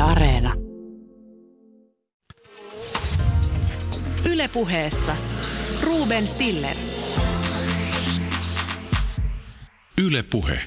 Areena. Yle Puheessa Ruben Stiller. Yle Puhe.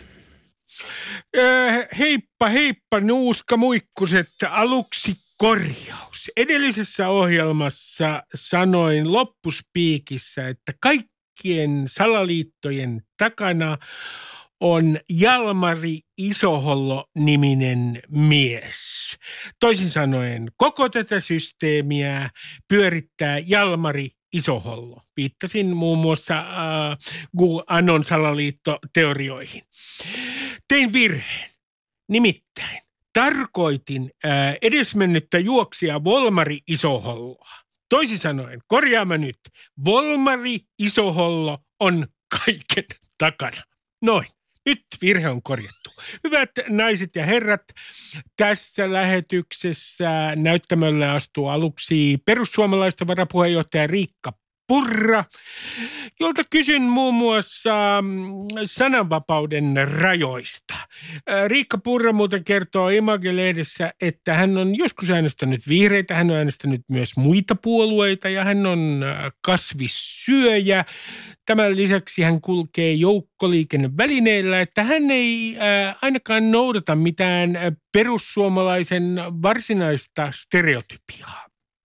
Heippa nuuska muikkuset, aluksi korjaus. Edellisessä ohjelmassa sanoin loppuspiikissä, että kaikkien salaliittojen takana on Jalmari Isohollo-niminen mies. Toisin sanoen, koko tätä systeemiä pyörittää Jalmari Isohollo. Viittasin muun muassa QAnon salaliittoteorioihin. Tein virheen. Nimittäin tarkoitin edesmennyttä juoksija Volmari Isoholloa. Toisin sanoen, korjaamme nyt, Volmari Isohollo on kaiken takana. Noin. Nyt virhe on korjattu. Hyvät naiset ja herrat, tässä lähetyksessä näyttämölle astuu aluksi perussuomalaisten varapuheenjohtaja Riikka Purra, jolta kysyn muun muassa sananvapauden rajoista. Riikka Purra muuten kertoo Image-lehdessä, että hän on joskus äänestänyt vihreitä, hän on äänestänyt myös muita puolueita ja hän on kasvissyöjä. Tämän lisäksi hän kulkee joukkoliikennevälineillä, että hän ei ainakaan noudata mitään perussuomalaisen varsinaista stereotypiaa.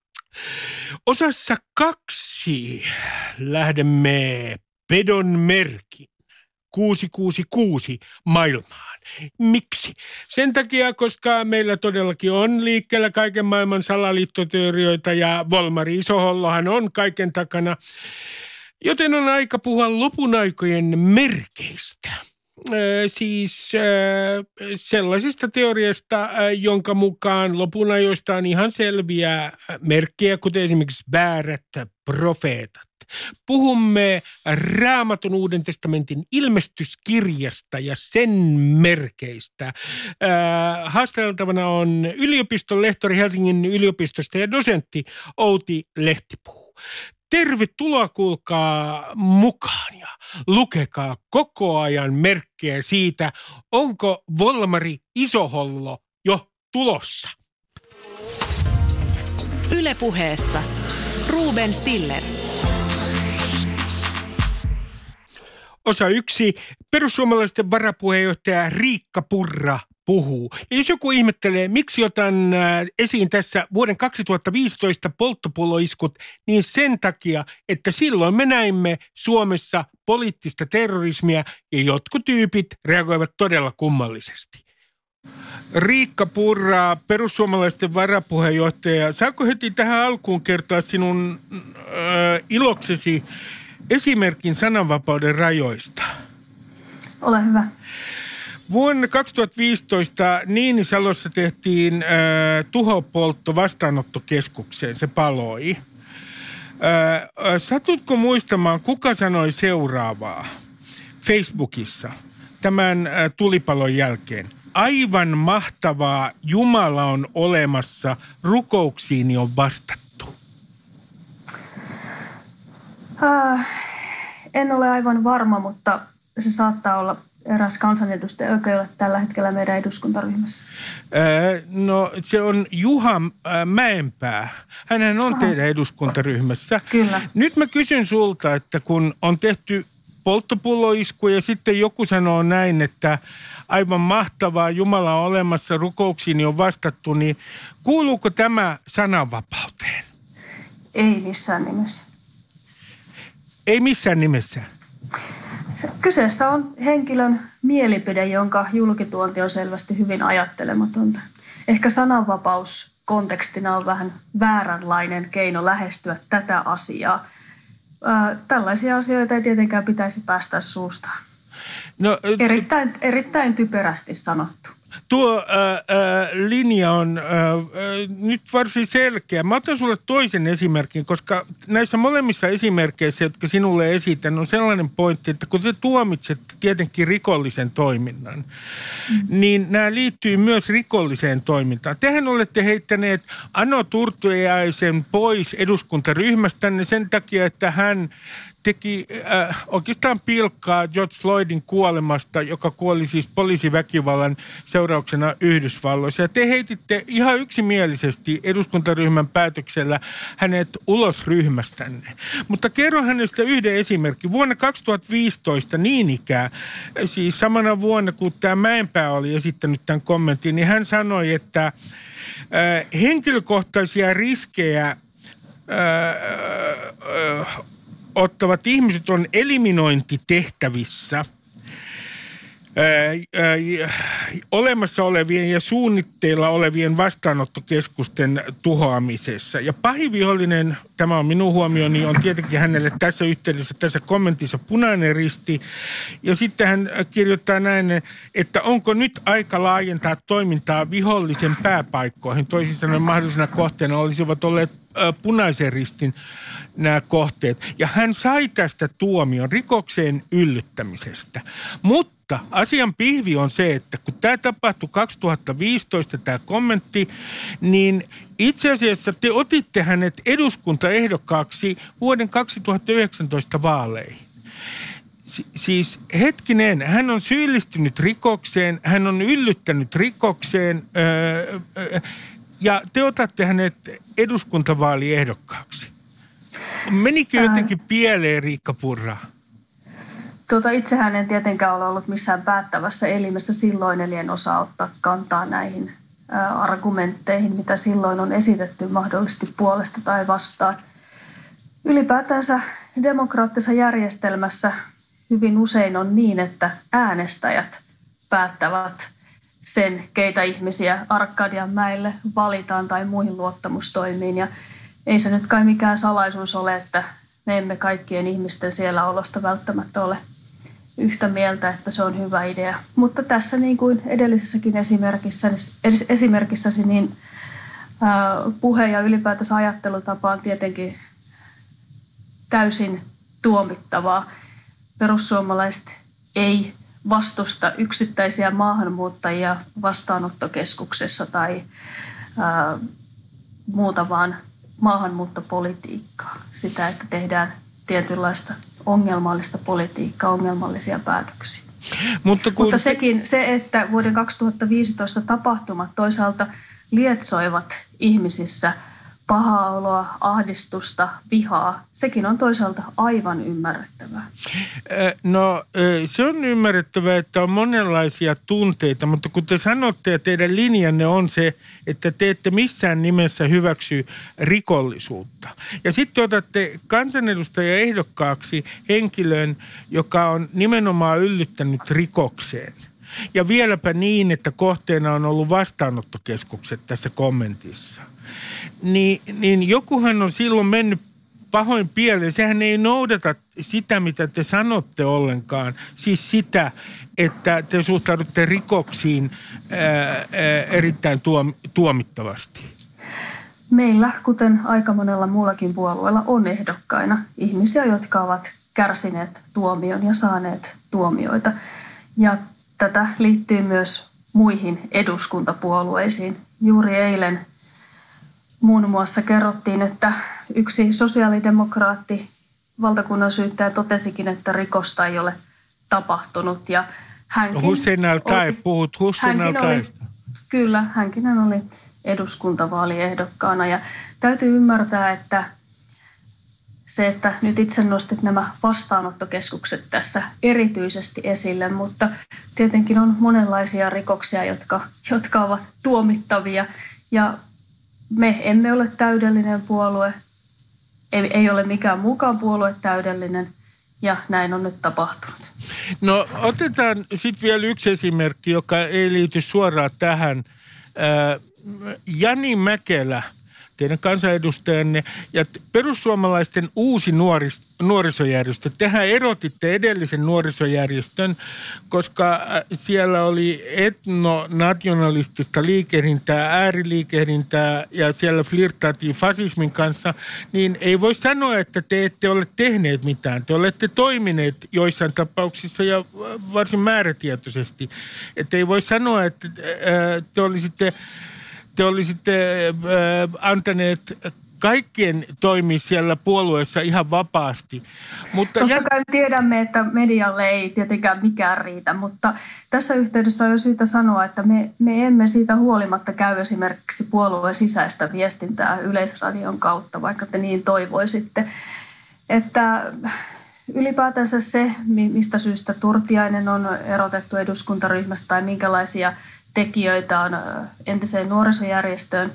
Osassa 2 lähdemme pedon merkin 666 maailmaan. Miksi? Sen takia, koska meillä todellakin on liikkeellä kaiken maailman salaliittoteorioita ja Volmari Isohollohan on kaiken takana. Joten on aika puhua lopun aikojen merkeistä. Siis sellaisista teoriasta, jonka mukaan lopun ajoista on ihan selviä merkkejä, kuten esimerkiksi väärät profeetat. Puhumme Raamatun Uuden testamentin ilmestyskirjasta ja sen merkeistä. Haasteltavana on yliopiston lehtori Helsingin yliopistosta ja dosentti Outi Lehtipuu. Tervetuloa, kuulkaa mukaan ja lukekaa koko ajan merkkejä siitä, onko Volmari Isohollo jo tulossa. Yle Puheessa Ruben Stiller. Osa 1. Perussuomalaisten varapuheenjohtaja Riikka Purra puhuu. Ja jos joku ihmettelee, miksi otan esiin tässä vuoden 2015 polttopulloiskut, niin sen takia, että silloin me näimme Suomessa poliittista terrorismia ja jotkut tyypit reagoivat todella kummallisesti. Riikka Purra, perussuomalaisten varapuheenjohtaja, saako heti tähän alkuun kertoa sinun iloksesi esimerkin sananvapauden rajoista? Ole hyvä. Vuonna 2015 Niinisalossa tehtiin tuhopoltto vastaanottokeskukseen. Se paloi. Satutko muistamaan, kuka sanoi seuraavaa Facebookissa tämän tulipalon jälkeen? Aivan mahtavaa, Jumala on olemassa, rukouksiini on vastattu. En ole aivan varma, mutta se saattaa olla eräs kansanedustaja, joka ei ole tällä hetkellä meidän eduskuntaryhmässä. No se on Juha Mäenpää. Hänhän on teidän eduskuntaryhmässä. Kyllä. Nyt mä kysyn sulta, että kun on tehty polttopulloisku ja sitten joku sanoo näin, että aivan mahtavaa, Jumala on olemassa, rukouksiini on vastattu, niin kuuluuko tämä sananvapauteen? Ei missään nimessä. Ei missään nimessä. Kyseessä on henkilön mielipide, jonka julkituonti on selvästi hyvin ajattelematonta. Ehkä sananvapaus kontekstina on vähän vääränlainen keino lähestyä tätä asiaa. Tällaisia asioita ei tietenkään pitäisi päästä suustaan. No, erittäin typerästi sanottu. Tuo linja on nyt varsin selkeä. Mä otan sulle toisen esimerkin, koska näissä molemmissa esimerkkeissä, jotka sinulle esitän, on sellainen pointti, että kun te tuomitsette tietenkin rikollisen toiminnan, niin nämä liittyy myös rikolliseen toimintaan. Tehän olette heittäneet Ano Turtiaisen pois eduskuntaryhmästänne sen takia, että hän teki oikeastaan pilkkaa George Floydin kuolemasta, joka kuoli siis poliisiväkivallan seurauksena Yhdysvalloissa. Ja te heititte ihan yksimielisesti eduskuntaryhmän päätöksellä hänet ulos ryhmästänne. Mutta kerro hänestä yhden esimerkin. Vuonna 2015 niin ikään, siis samana vuonna kun tämä Mäenpää oli esittänyt tämän kommentin, niin hän sanoi, että henkilökohtaisia riskejä ottavat ihmiset on eliminointitehtävissä olemassa olevien ja suunnitteilla olevien vastaanottokeskusten tuhoamisessa. Ja pahin vihollinen, tämä on minun huomioni, on tietenkin hänelle tässä yhteydessä, tässä kommentissa Punainen Risti. Ja sitten hän kirjoittaa näin, että onko nyt aika laajentaa toimintaa vihollisen pääpaikkoihin. Toisin sanoen mahdollisena kohteena olisivat olleet Punaisen Ristin nämä kohteet. Ja hän sai tästä tuomion rikokseen yllyttämisestä. Mutta asian pihvi on se, että kun tämä tapahtui 2015, tämä kommentti, niin itse asiassa te otitte hänet eduskuntaehdokkaaksi vuoden 2019 vaaleihin. Siis hetkinen, hän on syyllistynyt rikokseen, hän on yllyttänyt rikokseen ja te otatte hänet eduskuntavaaliehdokkaaksi. Menikö jotenkin pieleen, Riikka Purra? Itsehän en tietenkään ole ollut missään päättävässä elimessä silloin, eli en osaa ottaa kantaa näihin argumentteihin, mitä silloin on esitetty mahdollisesti puolesta tai vastaan. Ylipäätänsä demokraattisessa järjestelmässä hyvin usein on niin, että äänestäjät päättävät sen, keitä ihmisiä Arkadianmäelle valitaan tai muihin luottamustoimiin. Ja ei se nyt kai mikään salaisuus ole, että me emme kaikkien ihmisten siellä olosta välttämättä ole yhtä mieltä, että se on hyvä idea. Mutta tässä niin kuin edellisessäkin esimerkissäsi, niin puhe ja ylipäätänsä ajattelutapa on tietenkin täysin tuomittavaa. Perussuomalaiset ei vastusta yksittäisiä maahanmuuttajia vastaanottokeskuksessa tai muuta, vaan maahanmuuttopolitiikkaa. Sitä, että tehdään tietynlaista ongelmallista politiikkaa, ongelmallisia päätöksiä. Mutta se, että vuoden 2015 tapahtumat toisaalta lietsoivat ihmisissä pahaa oloa, ahdistusta, vihaa, sekin on toisaalta aivan ymmärrettävää. No se on ymmärrettävää, että on monenlaisia tunteita, mutta kun te sanotte ja teidän linjanne on se, että te ette missään nimessä hyväksy rikollisuutta. Ja sitten otatte kansanedustajaehdokkaaksi henkilön, joka on nimenomaan yllyttänyt rikokseen. Ja vieläpä niin, että kohteena on ollut vastaanottokeskukset tässä kommentissa. Niin jokuhan on silloin mennyt pahoin pieleen. Sehän ei noudata sitä, mitä te sanotte ollenkaan. Siis sitä, että te suhtaudutte rikoksiin erittäin tuomittavasti. Meillä, kuten aika monella muullakin puolueella, on ehdokkaina ihmisiä, jotka ovat kärsineet tuomion ja saaneet tuomioita. Ja tätä liittyy myös muihin eduskuntapuolueisiin. Juuri eilen muun muassa kerrottiin, että yksi sosiaalidemokraatti valtakunnan syyttäjä totesikin, että rikosta ei ole tapahtunut. Ja Hussein al-Taib, puhut Hussein al-Taibista. Kyllä, hänkin oli eduskuntavaaliehdokkaana. Ja täytyy ymmärtää, että se, että nyt itse nostit nämä vastaanottokeskukset tässä erityisesti esille, mutta tietenkin on monenlaisia rikoksia, jotka ovat tuomittavia. Ja me emme ole täydellinen puolue, ei ole mikään muukaan puolue täydellinen, ja näin on nyt tapahtunut. No otetaan sitten vielä yksi esimerkki, joka ei liity suoraan tähän. Jani Mäkelä, teidän kansanedustajanne, ja perussuomalaisten uusi nuorisojärjestö. Tehän erotitte edellisen nuorisojärjestön, koska siellä oli etnonationalistista liikehdintää, ääriliikehdintää ja siellä flirtaatiin fasismin kanssa, niin ei voi sanoa, että te ette ole tehneet mitään. Te olette toimineet joissain tapauksissa ja varsin määrätietoisesti. Että ei voi sanoa, että te olisitte antaneet kaikkien toimii siellä puolueessa ihan vapaasti. Mutta totta kai tiedämme, että medialle ei tietenkään mikään riitä, mutta tässä yhteydessä on jo syytä sanoa, että me emme siitä huolimatta käy esimerkiksi puolueen sisäistä viestintää Yleisradion kautta, vaikka te niin toivoisitte. Että ylipäätänsä se, mistä syystä Turtiainen on erotettu eduskuntaryhmästä tai minkälaisia tekijöitä on entiseen nuorisojärjestön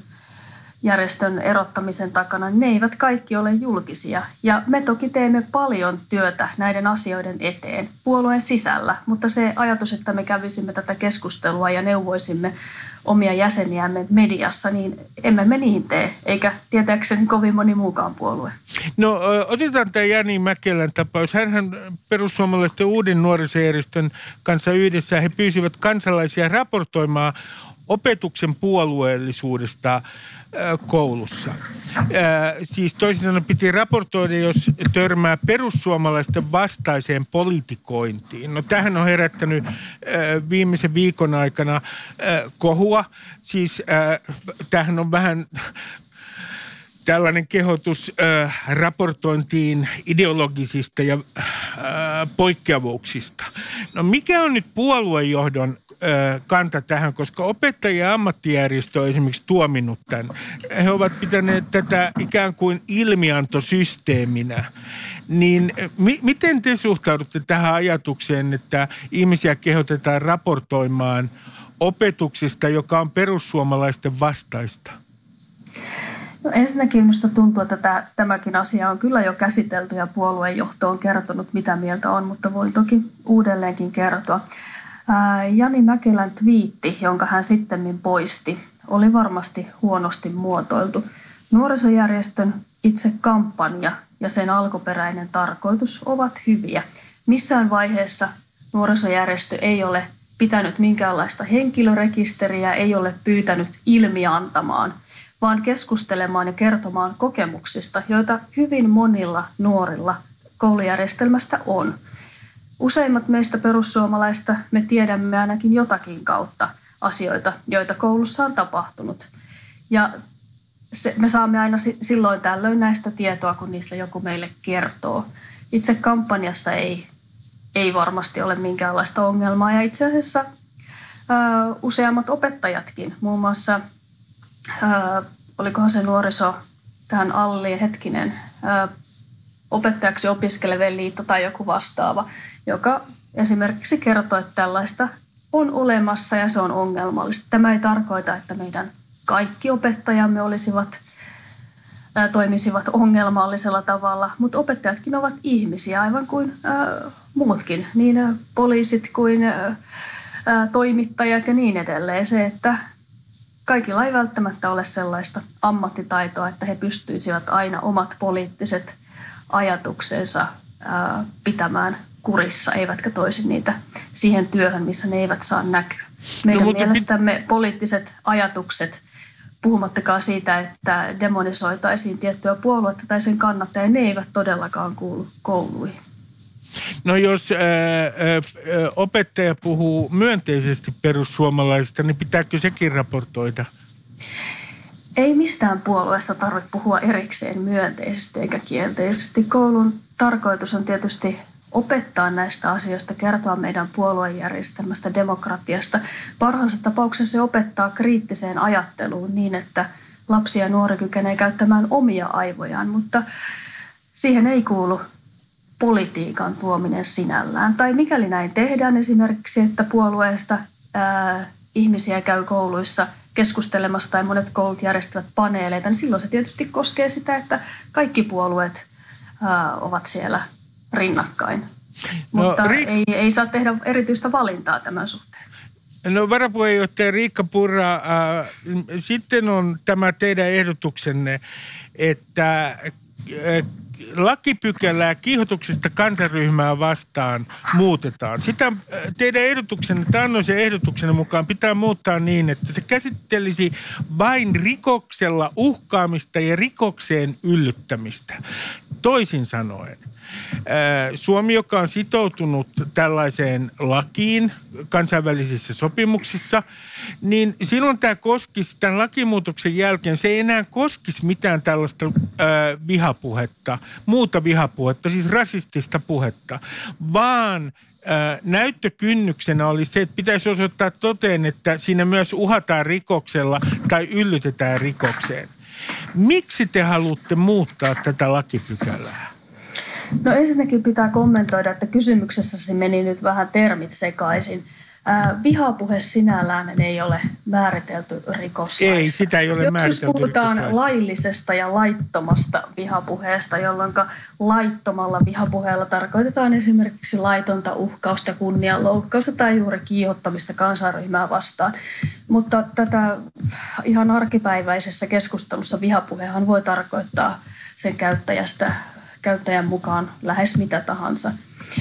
erottamisen takana, ne eivät kaikki ole julkisia. Ja me toki teemme paljon työtä näiden asioiden eteen puolueen sisällä, mutta se ajatus, että me kävisimme tätä keskustelua ja neuvoisimme omia jäseniämme mediassa, niin emme me niin tee, eikä tietääkseni kovin moni muukaan puolue. No otetaan tämä Jani Mäkelän tapaus. Hänhän perussuomalaisten uuden nuorisojärjestön kanssa yhdessä, he pyysivät kansalaisia raportoimaan opetuksen puolueellisuudesta koulussa. Siis toisin sanoen piti raportoida, jos törmää perussuomalaisten vastaiseen politikointiin. No tämähän on herättänyt viimeisen viikon aikana kohua. Siis tämähän on vähän tällainen kehotus raportointiin ideologisista ja poikkeavuuksista. No mikä on nyt puoluejohdon kanta tähän, koska opettajien ammattijärjestö on esimerkiksi tuominnut tämän. He ovat pitäneet tätä ikään kuin ilmiantosysteeminä. Niin miten te suhtaudutte tähän ajatukseen, että ihmisiä kehotetaan raportoimaan opetuksesta, joka on perussuomalaisten vastaista? No ensinnäkin minusta tuntuu, että tämäkin asia on kyllä jo käsitelty ja puoluejohto on kertonut, mitä mieltä on, mutta voin toki uudelleenkin kertoa. Jani Mäkelän twiitti, jonka hän sittemmin poisti, oli varmasti huonosti muotoiltu. Nuorisojärjestön itse kampanja ja sen alkuperäinen tarkoitus ovat hyviä. Missään vaiheessa nuorisojärjestö ei ole pitänyt minkäänlaista henkilörekisteriä, ei ole pyytänyt ilmiantamaan, vaan keskustelemaan ja kertomaan kokemuksista, joita hyvin monilla nuorilla koulujärjestelmästä on. Useimmat meistä perussuomalaista me tiedämme ainakin jotakin kautta asioita, joita koulussa on tapahtunut. Ja me saamme aina silloin tällöin näistä tietoa, kun niistä joku meille kertoo. Itse kampanjassa ei varmasti ole minkäänlaista ongelmaa. Ja itse asiassa useammat opettajatkin, muun muassa olikohan se nuoriso tähän Alli Hetkinen, opettajaksi opiskelevien liitto tai joku vastaava, joka esimerkiksi kertoo, että tällaista on olemassa ja se on ongelmallista. Tämä ei tarkoita, että meidän kaikki opettajamme toimisivat ongelmallisella tavalla, mutta opettajatkin ovat ihmisiä aivan kuin muutkin, niin poliisit kuin toimittajat ja niin edelleen. Se, että kaikilla ei välttämättä ole sellaista ammattitaitoa, että he pystyisivät aina omat poliittiset ajatuksensa pitämään kurissa, eivätkä toisi niitä siihen työhön, missä ne eivät saa näkyä. Meidän mielestämme poliittiset ajatukset, puhumattakaan siitä, että demonisoitaisiin tiettyä puoluetta tai sen kannattajia, ne eivät todellakaan kuulu kouluihin. No jos opettaja puhuu myönteisesti perussuomalaisista, niin pitääkö sekin raportoida? Ei mistään puolueesta tarvitse puhua erikseen myönteisesti eikä kielteisesti. Koulun tarkoitus on tietysti opettaa näistä asioista, kertoa meidän puoluejärjestelmästä, demokratiasta. Parhaassa tapauksessa se opettaa kriittiseen ajatteluun niin, että lapsi ja nuori kykenee käyttämään omia aivojaan, mutta siihen ei kuulu politiikan tuominen sinällään. Tai mikäli näin tehdään esimerkiksi, että puolueesta ihmisiä käy kouluissa keskustelemassa tai monet koulut järjestävät paneeleita, niin silloin se tietysti koskee sitä, että kaikki puolueet ovat siellä rinnakkain. Mutta ei saa tehdä erityistä valintaa tämän suhteen. No varapuheenjohtaja Riikka Purra, sitten on tämä teidän ehdotuksenne, että lakipykälää kiihotuksesta kansanryhmää vastaan muutetaan. Sitä teidän ehdotuksenne, taannoisen ehdotuksenne mukaan pitää muuttaa niin, että se käsittelisi vain rikoksella uhkaamista ja rikokseen yllyttämistä. Toisin sanoen, Suomi, joka on sitoutunut tällaiseen lakiin kansainvälisissä sopimuksissa, niin silloin tämä koskisi tämän lakimuutoksen jälkeen, se ei enää koskisi mitään tällaista vihapuhetta, muuta vihapuhetta, siis rasistista puhetta, vaan näyttökynnyksenä oli se, että pitäisi osoittaa toteen, että siinä myös uhataan rikoksella tai yllytetään rikokseen. Miksi te haluatte muuttaa tätä lakipykälää? No ensinnäkin pitää kommentoida, että kysymyksessäsi meni nyt vähän termit sekaisin. Vihapuhe sinällään ei ole määritelty rikoslaissa. Ei, sitä ei ole määritelty jos puhutaan rikoslaissa. laillisesta ja laittomasta vihapuheesta, jolloin laittomalla vihapuheella tarkoitetaan esimerkiksi laitonta uhkausta, kunnianloukkausta tai juuri kiihottamista kansanryhmää vastaan. Mutta tätä ihan arkipäiväisessä keskustelussa vihapuhehan voi tarkoittaa sen käyttäjän mukaan lähes mitä tahansa.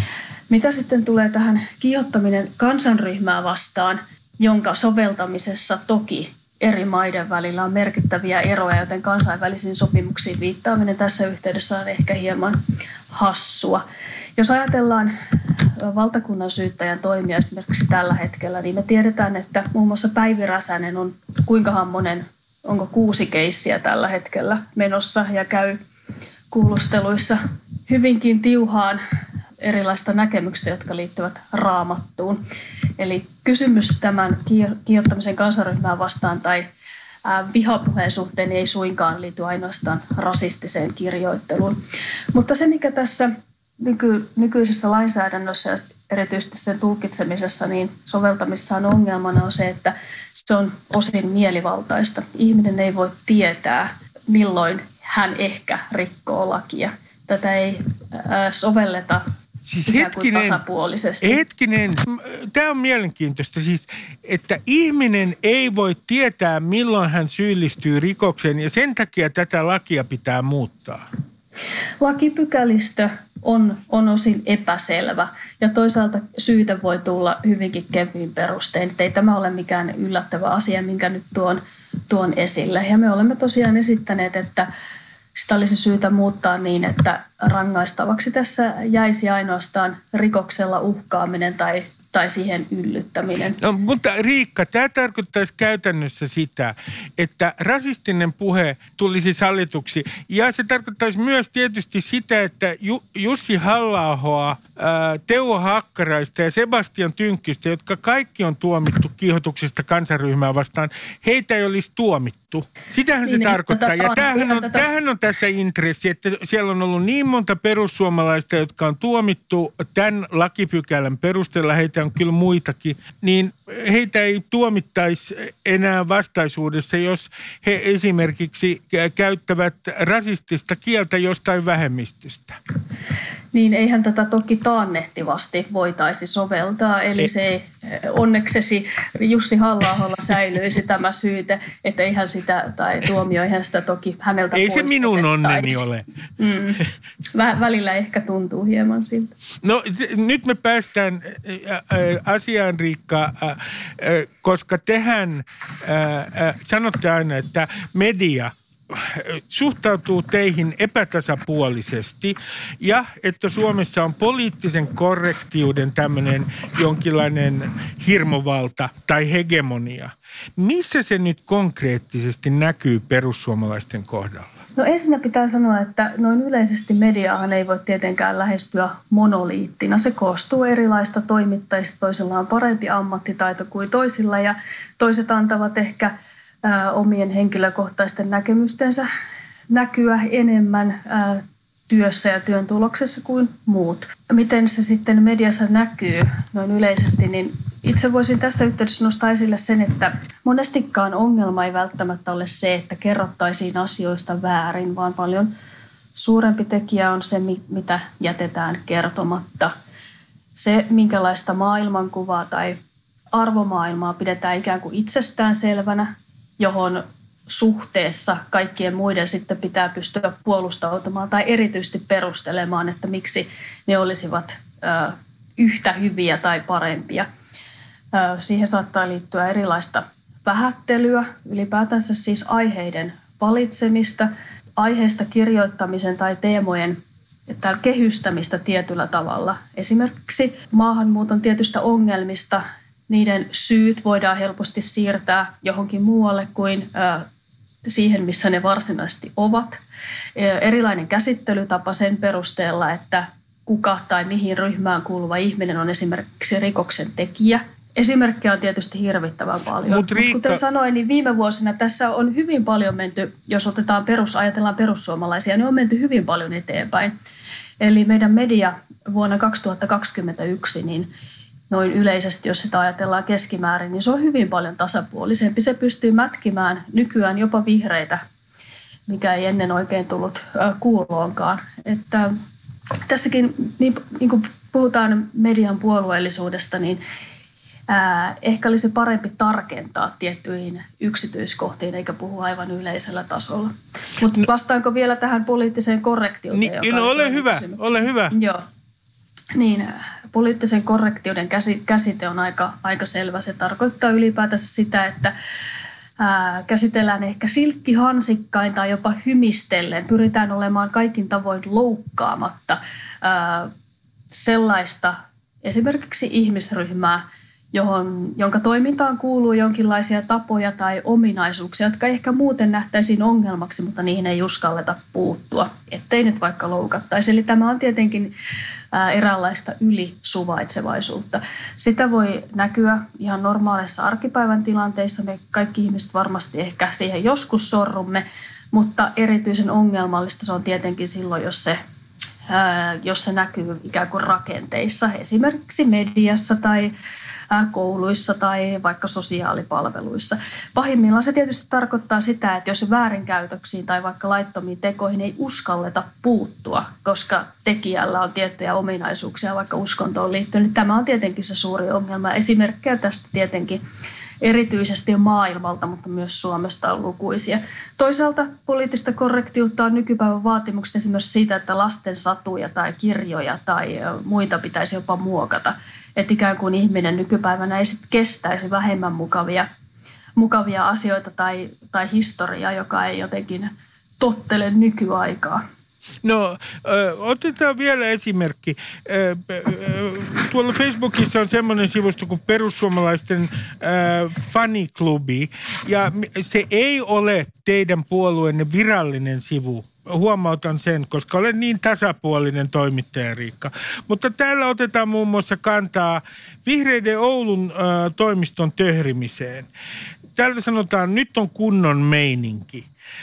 Mitä sitten tulee tähän kiihottaminen kansanryhmää vastaan, jonka soveltamisessa toki eri maiden välillä on merkittäviä eroja, joten kansainvälisiin sopimuksiin viittaaminen tässä yhteydessä on ehkä hieman hassua. Jos ajatellaan valtakunnan syyttäjän toimia esimerkiksi tällä hetkellä, niin me tiedetään, että muun muassa Päivi Räsänen on kuinkahan monen, onko 6 keissiä tällä hetkellä menossa ja käy kuulusteluissa hyvinkin tiuhaan erilaista näkemyksistä, jotka liittyvät Raamattuun. Eli kysymys tämän kiihottamisen kansanryhmää vastaan tai vihapuheen suhteen ei suinkaan liity ainoastaan rasistiseen kirjoitteluun. Mutta se, mikä tässä nykyisessä lainsäädännössä ja erityisesti sen tulkitsemisessa, niin soveltamissaan ongelmana on se, että se on osin mielivaltaista. Ihminen ei voi tietää, milloin hän ehkä rikkoo lakia. Tätä ei sovelleta siis ikään kuin tasapuolisesti. Hetkinen, tämä on mielenkiintoista siis, että ihminen ei voi tietää, milloin hän syyllistyy rikokseen ja sen takia tätä lakia pitää muuttaa. Lakipykälistö on osin epäselvä ja toisaalta syyte voi tulla hyvinkin kevyin perustein. Ei tämä ole mikään yllättävä asia, minkä nyt tuon esille. Ja me olemme tosiaan esittäneet, että sitä olisi syytä muuttaa niin, että rangaistavaksi tässä jäisi ainoastaan rikoksella uhkaaminen tai siihen yllyttäminen. No, mutta Riikka, tämä tarkoittaisi käytännössä sitä, että rasistinen puhe tulisi sallituksi. Ja se tarkoittaisi myös tietysti sitä, että Jussi Halla-ahoa, Teuvo Hakkaraista ja Sebastian Tynkkistä, jotka kaikki on tuomittu kiihotuksesta kansanryhmää vastaan, heitä ei olisi tuomittu. Sitähän niin, se tarkoittaa. Ja tämähän on tässä intressi, että siellä on ollut niin monta perussuomalaista, jotka on tuomittu tämän lakipykälän perusteella, heitä on kyllä muitakin, niin heitä ei tuomittaisi enää vastaisuudessa, jos he esimerkiksi käyttävät rasistista kieltä jostain vähemmistöstä. Niin eihän tätä toki taannehtivasti voitaisi soveltaa, eli se ei onneksesi Jussi Halla-aholla säilyisi tämä syyte, että eihän sitä, tai tuomio, eihän sitä toki häneltä poistettaisi. Ei se minun onneni ole. Välillä ehkä tuntuu hieman siltä. No nyt me päästään asiaan, Riikka, koska tehän sanotte aina, että media suhtautuu teihin epätasapuolisesti ja että Suomessa on poliittisen korrektiuden tämmöinen jonkinlainen hirmuvalta tai hegemonia. Missä se nyt konkreettisesti näkyy perussuomalaisten kohdalla? No ensinnä pitää sanoa, että noin yleisesti mediaahan ei voi tietenkään lähestyä monoliittina. Se koostuu erilaista toimittajista. Toisilla on parempi ammattitaito kuin toisilla ja toiset antavat ehkä omien henkilökohtaisten näkemystensä näkyä enemmän työssä ja työn tuloksessa kuin muut. Miten se sitten mediassa näkyy noin yleisesti, niin itse voisin tässä yhteydessä nostaa esille sen, että monestikaan ongelma ei välttämättä ole se, että kerrottaisiin asioista väärin, vaan paljon suurempi tekijä on se, mitä jätetään kertomatta. Se, minkälaista maailmankuvaa tai arvomaailmaa pidetään ikään kuin itsestäänselvänä, johon suhteessa kaikkien muiden sitten pitää pystyä puolustautumaan tai erityisesti perustelemaan, että miksi ne olisivat yhtä hyviä tai parempia. Siihen saattaa liittyä erilaista vähättelyä, ylipäätänsä siis aiheiden valitsemista, aiheesta kirjoittamisen tai teemojen kehystämistä tietyllä tavalla. Esimerkiksi maahanmuuton tietystä ongelmista, niiden syyt voidaan helposti siirtää johonkin muualle kuin siihen, missä ne varsinaisesti ovat. Erilainen käsittelytapa sen perusteella, että kuka tai mihin ryhmään kuuluva ihminen on esimerkiksi rikoksen tekijä. Esimerkkejä on tietysti hirvittävän paljon. Mutta kuten sanoin, niin viime vuosina tässä on hyvin paljon menty, jos ajatellaan perussuomalaisia, niin on menty hyvin paljon eteenpäin. Eli meidän media vuonna 2021, niin noin yleisesti, jos sitä ajatellaan keskimäärin, niin se on hyvin paljon tasapuolisempi. Se pystyy mätkimään nykyään jopa vihreitä, mikä ei ennen oikein tullut kuuloonkaan. Että tässäkin, niin kuin puhutaan median puolueellisuudesta, niin ehkä olisi parempi tarkentaa tiettyihin yksityiskohtiin, eikä puhua aivan yleisellä tasolla. Mutta vastaanko vielä tähän poliittiseen korrektiuteen? Niin, ole hyvä. Joo. Niin, poliittisen korrektiuden käsite on aika selvä. Se tarkoittaa ylipäätänsä sitä, että käsitellään ehkä silkkihansikkain tai jopa hymistellen. Pyritään olemaan kaikin tavoin loukkaamatta sellaista esimerkiksi ihmisryhmää, jonka toimintaan kuuluu jonkinlaisia tapoja tai ominaisuuksia, jotka ehkä muuten nähtäisiin ongelmaksi, mutta niihin ei uskalleta puuttua, ettei nyt vaikka loukattaisi. Eli tämä on tietenkin eräänlaista ylisuvaitsevaisuutta. Sitä voi näkyä ihan normaalissa arkipäivän tilanteissa. Me kaikki ihmiset varmasti ehkä siihen joskus sorrumme, mutta erityisen ongelmallista se on tietenkin silloin, jos se näkyy ikään kuin rakenteissa, esimerkiksi mediassa tai kouluissa tai vaikka sosiaalipalveluissa. Pahimmillaan se tietysti tarkoittaa sitä, että jos väärinkäytöksiin tai vaikka laittomiin tekoihin ei uskalleta puuttua, koska tekijällä on tiettyjä ominaisuuksia vaikka uskontoon liittyen, niin tämä on tietenkin se suuri ongelma. Esimerkkejä tästä tietenkin erityisesti maailmalta, mutta myös Suomesta on lukuisia. Toisaalta poliittista korrektiutta on nykypäivän vaatimukset esimerkiksi siitä, että lasten satuja tai kirjoja tai muita pitäisi jopa muokata. Että ikään kuin ihminen nykypäivänä ei sitten kestäisi vähemmän mukavia asioita tai historiaa, joka ei jotenkin tottele nykyaikaa. No, otetaan vielä esimerkki. Tuolla Facebookissa on semmoinen sivusto kuin perussuomalaisten faniklubi, ja se ei ole teidän puolueenne virallinen sivu. Huomautan sen, koska olen niin tasapuolinen toimittaja, Riikka. Mutta täällä otetaan muun muassa kantaa Vihreiden Oulun toimiston töhrimiseen. Täältä sanotaan, nyt on kunnon meininki.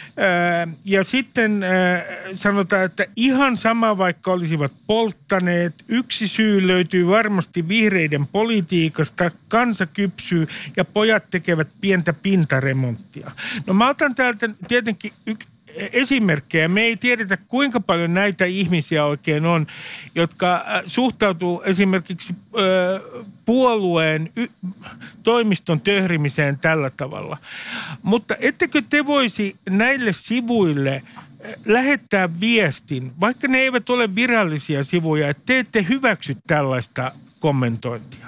Ja sitten sanotaan, että ihan sama vaikka olisivat polttaneet. Yksi syy löytyy varmasti vihreiden politiikasta. Kansa kypsyy ja pojat tekevät pientä pintaremonttia. No mä otan täältä tietenkin esimerkkejä. Me ei tiedetä, kuinka paljon näitä ihmisiä oikein on, jotka suhtautuu esimerkiksi puolueen toimiston töhrimiseen tällä tavalla. Mutta ettekö te voisi näille sivuille lähettää viestin, vaikka ne eivät ole virallisia sivuja, että te ette hyväksy tällaista kommentointia?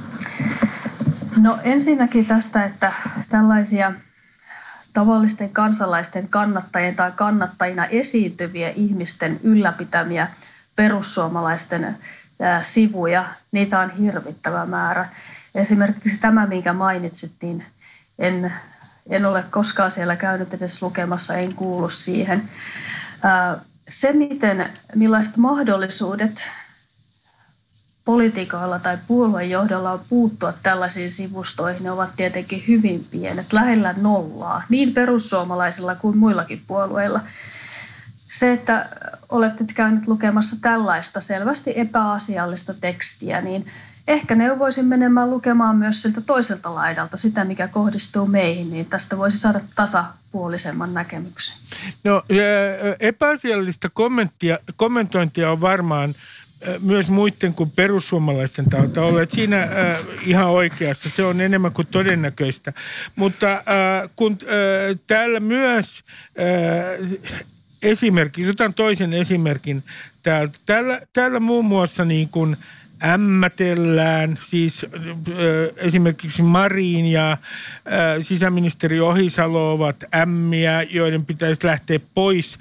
No ensinnäkin tästä, että tällaisia tavallisten kansalaisten kannattajien tai kannattajina esiintyviä ihmisten ylläpitämiä perussuomalaisten sivuja, niitä on hirvittävä määrä. Esimerkiksi tämä, minkä mainitsit, niin en ole koskaan siellä käynyt edes lukemassa, en kuulu siihen. Se, millaiset mahdollisuudet poliitikoilla tai puoluejohdolla on puuttua tällaisiin sivustoihin, ne ovat tietenkin hyvin pienet, lähellä nollaa, niin perussuomalaisilla kuin muillakin puolueilla. Se, että olet nyt käynyt lukemassa tällaista selvästi epäasiallista tekstiä, niin ehkä neuvoisin menemään lukemaan myös siltä toiselta laidalta sitä, mikä kohdistuu meihin, niin tästä voisi saada tasapuolisemman näkemyksen. No epäasiallista kommentointia on varmaan myös muiden kuin perussuomalaisten taholta olleet siinä ihan oikeassa. Se on enemmän kuin todennäköistä. Mutta kun täällä myös esimerkki, otan toisen esimerkin täältä. Täällä muun muassa niin kuin ämmätellään, siis esimerkiksi Marin ja sisäministeri Ohisalo ovat ämmiä, joiden pitäisi lähteä pois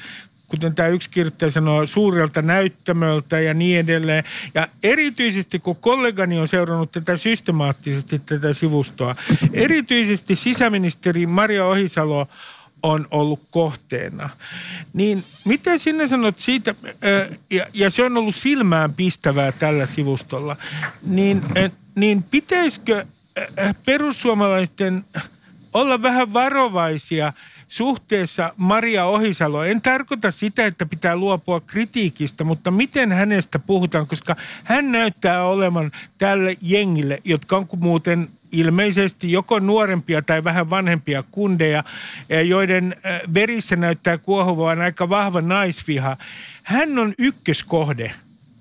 kuten tämä yksi kirjoittaja sanoo, suurelta näyttämöltä ja niin edelleen. Ja erityisesti, kun kollegani on seurannut tätä systemaattisesti, tätä sivustoa, erityisesti sisäministeri Maria Ohisalo on ollut kohteena. Niin mitä sinä sanot siitä, ja se on ollut silmään pistävää tällä sivustolla, niin pitäisikö perussuomalaisten olla vähän varovaisia suhteessa Maria Ohisaloon? En tarkoita sitä, että pitää luopua kritiikistä, mutta miten hänestä puhutaan, koska hän näyttää olevan tälle jengille, jotka on muuten ilmeisesti joko nuorempia tai vähän vanhempia kundeja, joiden verissä näyttää kuohuvan aika vahva naisviha. Hän on ykköskohde.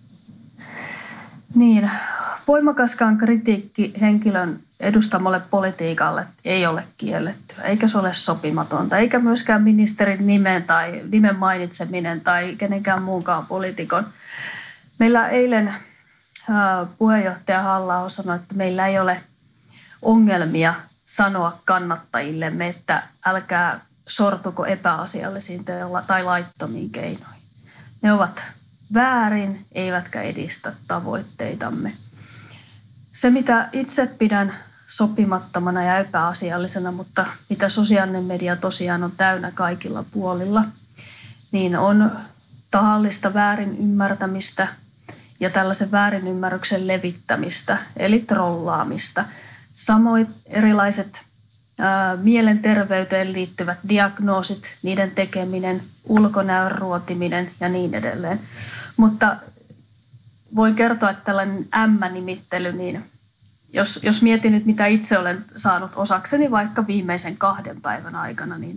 Niin, voimakaskaan kritiikki henkilön edustamalle politiikalle ei ole kiellettyä, eikä se ole sopimatonta, eikä myöskään ministerin nimen mainitseminen tai kenenkään muunkaan poliitikon. Meillä eilen puheenjohtaja Halla-aho sanoi, että meillä ei ole ongelmia sanoa kannattajillemme, että älkää sortuko epäasiallisiin tai laittomiin keinoihin. Ne ovat väärin, eivätkä edistä tavoitteitamme. Se, mitä itse pidän sopimattomana ja epäasiallisena, mutta mitä sosiaalinen media tosiaan on täynnä kaikilla puolilla, niin on tahallista väärin ymmärtämistä ja tällaisen väärinymmärryksen levittämistä, eli trollaamista. Samoin erilaiset mielenterveyteen liittyvät diagnoosit, niiden tekeminen, ulkonäön ruotiminen ja niin edelleen. Mutta voin kertoa, että tällainen M-nimittely, niin jos mietin nyt, mitä itse olen saanut osakseni vaikka viimeisen 2 päivän aikana, niin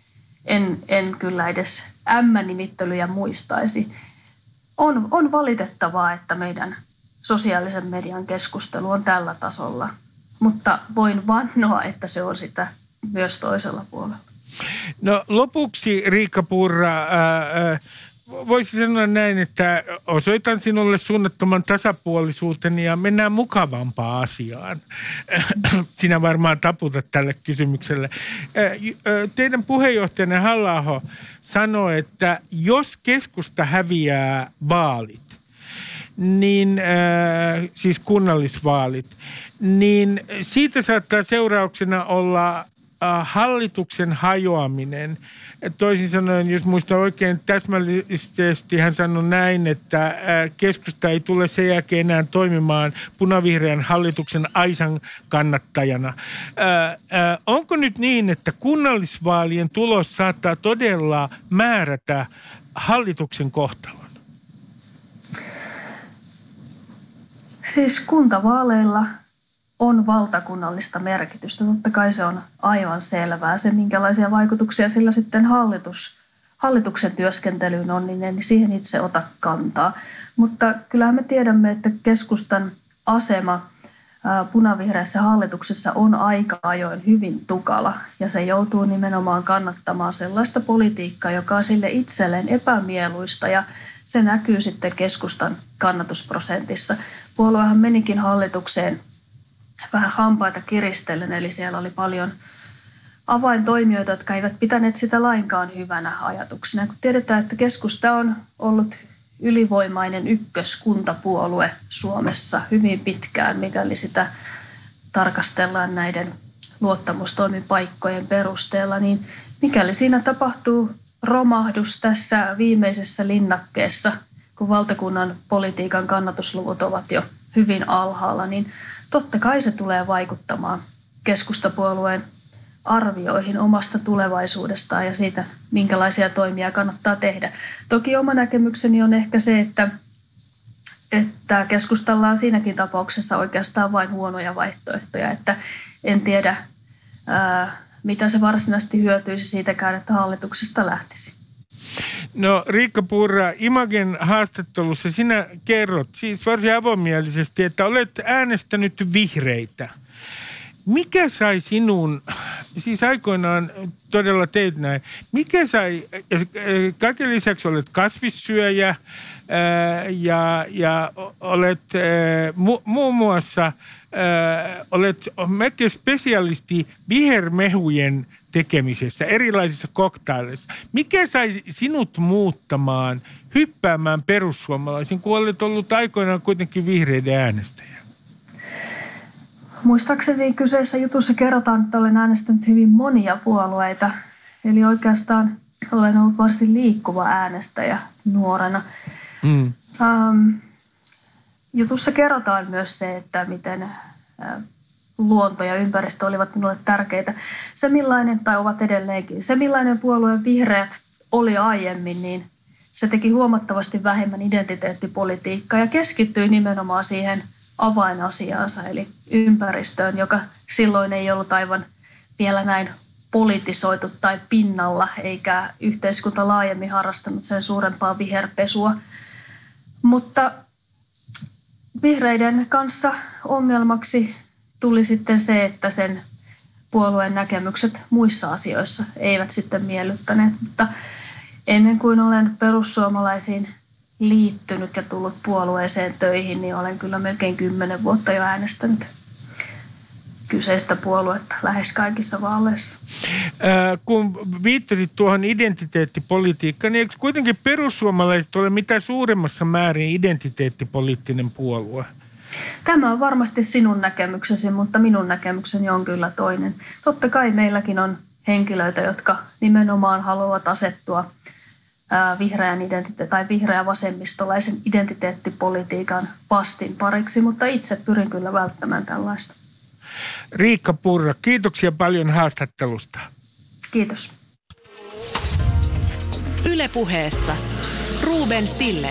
en kyllä edes M-nimittelyjä muistaisi. On valitettavaa, että meidän sosiaalisen median keskustelu on tällä tasolla, mutta voin vannoa, että se on sitä myös toisella puolella. No lopuksi, Riikka Purra, voisi sanoa näin, että osoitan sinulle suunnattoman tasapuolisuuteni ja mennään mukavampaan asiaan. Sinä varmaan taputat tälle kysymykselle. Teidän puheenjohtajanne Halla-aho sanoi, että jos keskusta häviää vaalit, niin, siis kunnallisvaalit, niin siitä saattaa seurauksena olla hallituksen hajoaminen. Toisin sanoen, jos muistan oikein täsmällisesti, hän sanoi näin, että keskusta ei tule sen jälkeen enää toimimaan punavihreän hallituksen aisan kannattajana. Onko nyt niin, että kunnallisvaalien tulos saattaa todella määrätä hallituksen kohtalon? Siis kuntavaaleilla on valtakunnallista merkitystä. Totta kai se on aivan selvää. Se, minkälaisia vaikutuksia sillä sitten hallituksen työskentelyyn on, niin en siihen itse ota kantaa. Mutta kyllähän me tiedämme, että keskustan asema punavihreässä hallituksessa on aika ajoin hyvin tukala. Ja se joutuu nimenomaan kannattamaan sellaista politiikkaa, joka on sille itselleen epämieluista ja se näkyy sitten keskustan kannatusprosentissa. Puoluehan menikin hallitukseen vähän hampaita kiristellen, eli siellä oli paljon avaintoimijoita, jotka eivät pitäneet sitä lainkaan hyvänä ajatuksena. Kun tiedetään, että keskusta on ollut ylivoimainen ykköskuntapuolue Suomessa hyvin pitkään, mikäli sitä tarkastellaan näiden luottamustoimipaikkojen perusteella, niin mikäli siinä tapahtuu romahdus tässä viimeisessä linnakkeessa, kun valtakunnan politiikan kannatusluvut ovat jo hyvin alhaalla, niin totta kai se tulee vaikuttamaan keskustapuolueen arvioihin omasta tulevaisuudestaan ja siitä, minkälaisia toimia kannattaa tehdä. Toki oma näkemykseni on ehkä se, että keskustalla on siinäkin tapauksessa oikeastaan vain huonoja vaihtoehtoja, että en tiedä, mitä se varsinaisesti hyötyisi siitäkään, että hallituksesta lähtisi. No Riikka Purra, Imagen haastattelussa sinä kerrot siis varsin avomielisesti, että olet äänestänyt vihreitä. Mikä sai sinun, siis aikoinaan todella teit näin, mikä sai, kaiken lisäksi olet kasvissyöjä ja olet muun muassa, olet melkein spesialisti vihermehujen tekemisessä, erilaisissa koktaileissa. Mikä sai sinut muuttamaan, hyppäämään perussuomalaisiin, kun olet ollut aikoinaan kuitenkin vihreiden äänestäjä? Muistaakseni kyseessä jutussa kerrotaan, että olen äänestänyt hyvin monia puolueita. Eli oikeastaan olen ollut varsin liikkuva äänestäjä nuorena. Jutussa kerrotaan myös se, että miten luonto ja ympäristö olivat minulle tärkeitä. Se millainen, tai ovat edelleenkin, se millainen puolue vihreät oli aiemmin, niin se teki huomattavasti vähemmän identiteettipolitiikkaa ja keskittyi nimenomaan siihen avainasiaansa, eli ympäristöön, joka silloin ei ollut aivan vielä näin politisoitu tai pinnalla, eikä yhteiskunta laajemmin harrastanut sen suurempaa viherpesua. Mutta vihreiden kanssa ongelmaksi tuli sitten se, että sen puolueen näkemykset muissa asioissa eivät sitten miellyttäneet. Mutta ennen kuin olen perussuomalaisiin liittynyt ja tullut puolueeseen töihin, niin olen kyllä melkein 10 vuotta jo äänestänyt kyseistä puoluetta lähes kaikissa vaaleissa. Kun viittasit tuohon identiteettipolitiikkaan, niin eikö kuitenkin perussuomalaiset ole mitä suuremmassa määrin identiteettipoliittinen puolue? Tämä on varmasti sinun näkemyksesi, mutta minun näkemykseni on kyllä toinen. Totta kai meilläkin on henkilöitä, jotka nimenomaan haluavat asettua vihreän vasemmistolaisen identiteettipolitiikan vastinpariksi, mutta itse pyrin kyllä välttämään tällaista. Riikka Purra, kiitoksia paljon haastattelusta. Kiitos. Yle Puheessa Ruben Stiller.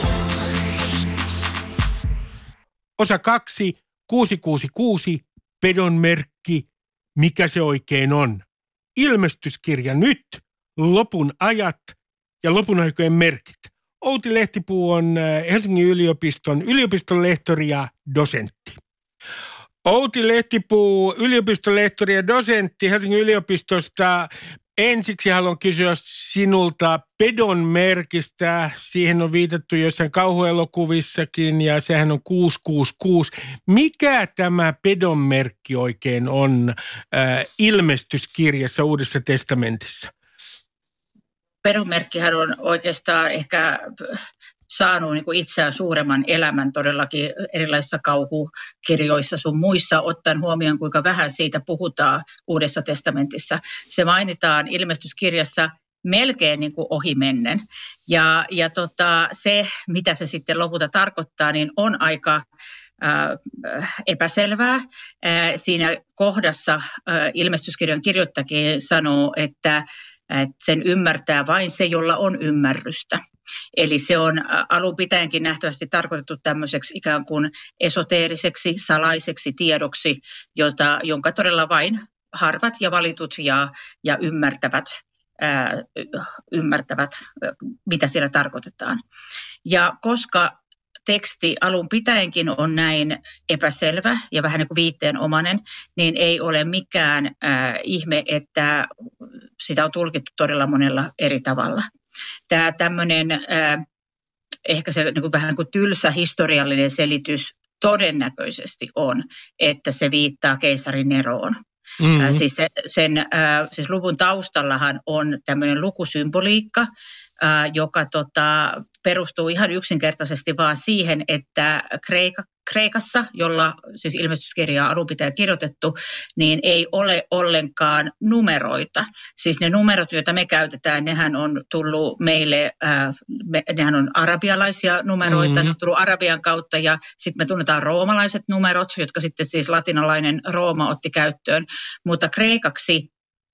Osa 2, 666, pedon merkki, mikä se oikein on. Ilmestyskirja nyt, lopun ajat ja lopun aikojen merkit. Outi Lehtipuu on Helsingin yliopiston yliopistonlehtori ja dosentti. Outi Lehtipuu, yliopistonlehtori ja dosentti Helsingin yliopistosta. Ensiksi haluan kysyä sinulta pedon merkistä. Siihen on viitattu jossain kauhuelokuvissakin ja sehän on 666. Mikä tämä pedon merkki oikein on ilmestyskirjassa Uudessa testamentissa? Pedon merkkihän on oikeastaan ehkä saanut niin kuin itseään suuremman elämän todellakin erilaisissa kauhukirjoissa sun muissa, ottaen huomioon, kuinka vähän siitä puhutaan Uudessa testamentissa. Se mainitaan ilmestyskirjassa melkein niin kuin ohimennen. Ja se, mitä se sitten lopulta tarkoittaa, niin on aika epäselvää. Siinä kohdassa ilmestyskirjan kirjoittajakin sanoo, että sen ymmärtää vain se, jolla on ymmärrystä. Eli se on alun pitäenkin nähtävästi tarkoitettu tämmöiseksi ikään kuin esoteeriseksi, salaiseksi tiedoksi, jonka todella vain harvat ja valitut ja ymmärtävät, mitä siellä tarkoitetaan. Ja koska teksti alun pitäenkin on näin epäselvä ja vähän niin kuin viitteenomainen, niin ei ole mikään ihme, että sitä on tulkittu todella monella eri tavalla. Tämä tämmöinen ehkä se niin kuin vähän kuin tylsä historiallinen selitys todennäköisesti on, että se viittaa keisari Neroon. Mm-hmm. Siis luvun taustallahan on tämmöinen lukusymboliikka, joka perustuu ihan yksinkertaisesti vaan siihen, että Kreikassa, jolla siis ilmestyskirjaa alun pitäen kirjoitettu, niin ei ole ollenkaan numeroita. Siis ne numerot, joita me käytetään, nehän on tullut meille, nehän on arabialaisia numeroita, ne on tullut Arabian kautta ja sitten me tunnetaan roomalaiset numerot, jotka sitten siis latinalainen Rooma otti käyttöön, mutta kreikaksi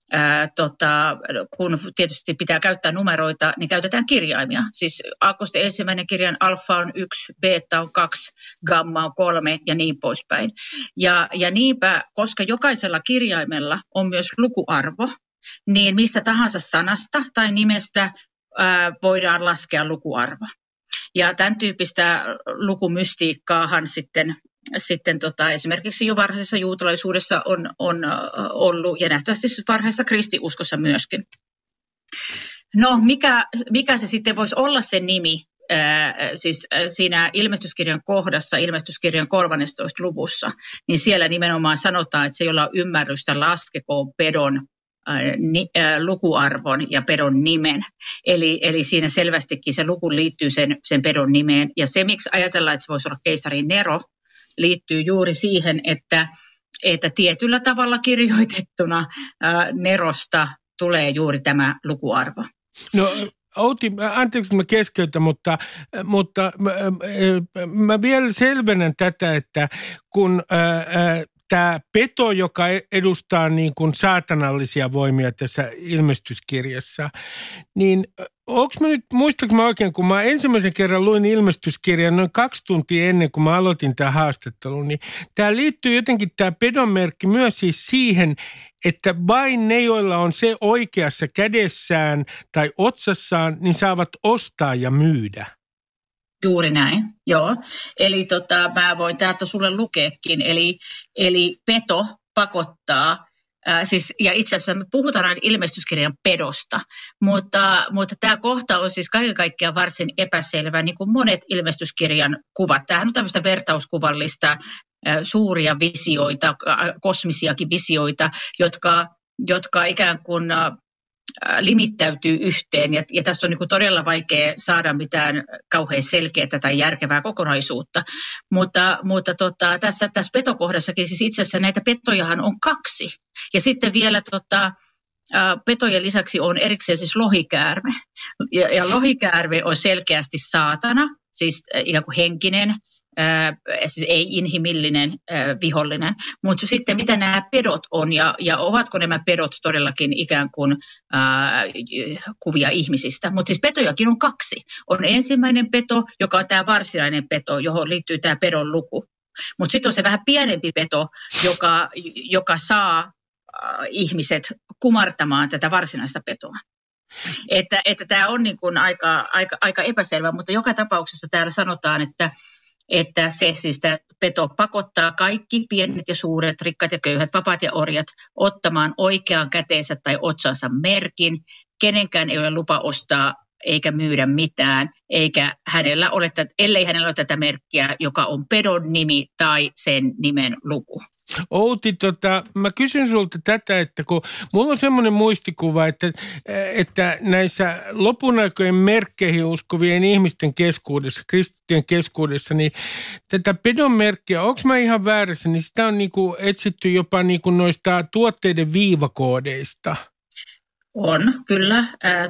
kun tietysti pitää käyttää numeroita, niin käytetään kirjaimia. Siis aakkosten ensimmäinen kirjan alfa on 1, beta on 2, gamma on 3 ja niin poispäin. Ja niinpä, koska jokaisella kirjaimella on myös lukuarvo, niin mistä tahansa sanasta tai nimestä voidaan laskea lukuarvo. Ja tämän tyyppistä lukumystiikkaahan sitten esimerkiksi jo varhaisessa juutalaisuudessa on ollut ja nähtävästi varhaisessa kristiuskossa myöskin. No mikä se sitten voisi olla se nimi siis siinä ilmestyskirjan kohdassa, ilmestyskirjan 13. luvussa, niin siellä nimenomaan sanotaan, että se, jolla on ymmärrystä, laskekoon pedon lukuarvon ja pedon nimen. Eli siinä selvästikin se luku liittyy sen pedon nimeen. Ja se, miksi ajatellaan, että se voisi olla keisari Nero, liittyy juuri siihen, että tietyllä tavalla kirjoitettuna Nerosta tulee juuri tämä lukuarvo. No Outi, anteeksi, mä keskeytän, mutta mä vielä selvennän tätä, että kun tämä peto, joka edustaa niin kuin saatanallisia voimia tässä ilmestyskirjassa, niin muistanko mä oikein, kun mä ensimmäisen kerran luin ilmestyskirjan noin 2 tuntia ennen kuin mä aloitin tämän haastattelun, niin tämä liittyy jotenkin tämä pedon merkki myös siis siihen, että vain ne, joilla on se oikeassa kädessään tai otsassaan, niin saavat ostaa ja myydä. Juuri näin, joo. Eli mä voin täältä sulle lukeekin. Eli peto pakottaa, ja itse asiassa me puhutaan aina ilmestyskirjan pedosta, mutta tämä kohta on siis kaiken kaikkiaan varsin epäselvä, niin kuin monet ilmestyskirjan kuvat. Tämähän on tämmöistä vertauskuvallista suuria visioita, kosmisiakin visioita, jotka ikään kuin limittäytyy yhteen ja tässä on niin kuin todella vaikea saada mitään kauhean selkeää tai järkevää kokonaisuutta, mutta tässä petokohdassakin siis itse asiassa näitä petojahan on 2 ja sitten vielä petojen lisäksi on erikseen siis lohikäärme ja lohikäärme on selkeästi saatana, siis ikään kuin henkinen, siis ei-inhimillinen vihollinen, mutta sitten mitä nämä pedot on ja ovatko nämä pedot todellakin ikään kuin kuvia ihmisistä, mutta siis petojakin on 2. On ensimmäinen peto, joka on tämä varsinainen peto, johon liittyy tämä pedon luku, mutta sitten on se vähän pienempi peto, joka saa ihmiset kumartamaan tätä varsinaista petoa. Että tämä on niin kuin aika epäselvä, mutta joka tapauksessa täällä sanotaan, että se siis tämä peto pakottaa kaikki pienet ja suuret, rikkaat ja köyhät, vapaat ja orjat ottamaan oikean käteensä tai otsansa merkin. Kenenkään ei ole lupa ostaa eikä myydä mitään, ellei hänellä ole tätä merkkiä, joka on pedon nimi tai sen nimen luku. Outi, mä kysyn sulta tätä, että kun mulla on semmoinen muistikuva, että näissä lopun aikojen merkkeihin uskovien ihmisten keskuudessa, kristittyjen keskuudessa, niin tätä pedon merkkiä, onko mä ihan väärässä, niin sitä on niinku etsitty jopa niinku noista tuotteiden viivakoodeista. On, kyllä.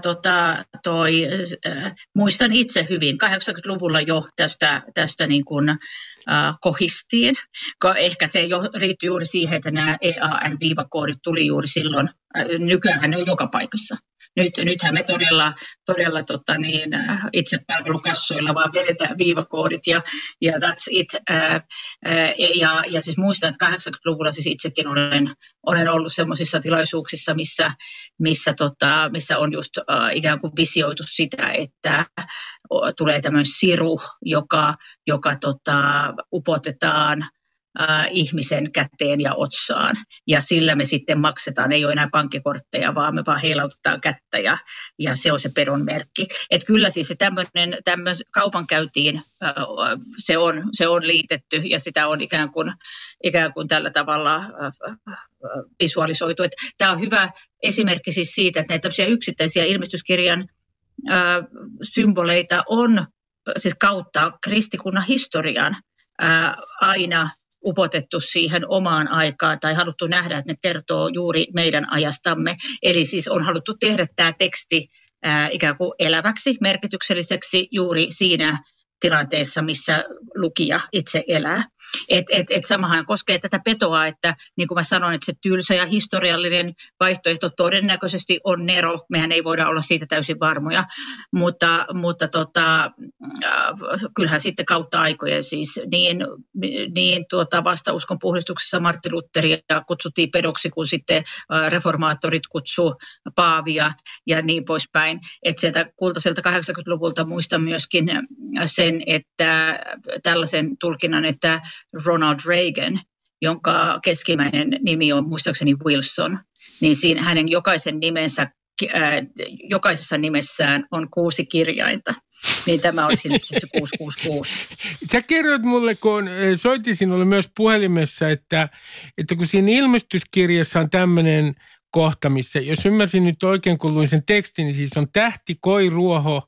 Muistan itse hyvin, 80-luvulla jo tästä niin kuin, kohistiin. Ehkä se riittyi juuri siihen, että nämä EAN-viivakoodit tuli juuri silloin. Nykyään ne on joka paikassa. Nythän me todella itsepalvelukassoilla vaan vedetään viivakoodit ja that's it. Ja siis muistan, että 80-luvulla siis itsekin olen ollut semmoisissa tilaisuuksissa, missä on just ikään kuin visioitu sitä, että tulee tämmöinen siru, joka upotetaan ihmisen käteen ja otsaan. Ja sillä me sitten maksetaan, ei ole enää pankkikortteja, vaan me vaan heilautetaan kättä ja se on se pedon merkki. Että kyllä siis se tämmöinen kaupankäyntiin se on liitetty ja sitä on ikään kuin tällä tavalla visualisoitu. Että tämä on hyvä esimerkki siis siitä, että näitä tämmöisiä yksittäisiä ilmestyskirjan symboleita on siis kautta kristikunnan historian aina upotettu siihen omaan aikaan tai haluttu nähdä, että ne kertoo juuri meidän ajastamme. Eli siis on haluttu tehdä tämä teksti ikään kuin eläväksi, merkitykselliseksi juuri siinä tilanteessa, missä lukija itse elää. Et samahan koskee tätä petoa, että niin kuin mä sanoin, että se tylsä ja historiallinen vaihtoehto todennäköisesti on Nero. Mehän ei voida olla siitä täysin varmoja, mutta kyllähän sitten kautta aikojen siis niin vastauskon puhdistuksessa Martti Lutheria kutsuttiin pedoksi, kun sitten reformaattorit kutsu Paavia ja niin poispäin. Että sieltä kultaiselta 80-luvulta muistan myöskin sen, että tällaisen tulkinnan, että Ronald Reagan, jonka keskimmäinen nimi on muistaakseni Wilson, niin siinä hänen jokaisessa nimessään on 6 kirjainta. Niin tämä olisi nyt sitten 666. Sä kerroit mulle, kun soitin sinulle myös puhelimessa, että kun siinä ilmestyskirjassa on tämmöinen kohta, missä, jos ymmärsin nyt oikein, kun luin sen tekstin, niin siis on tähti koiruoho,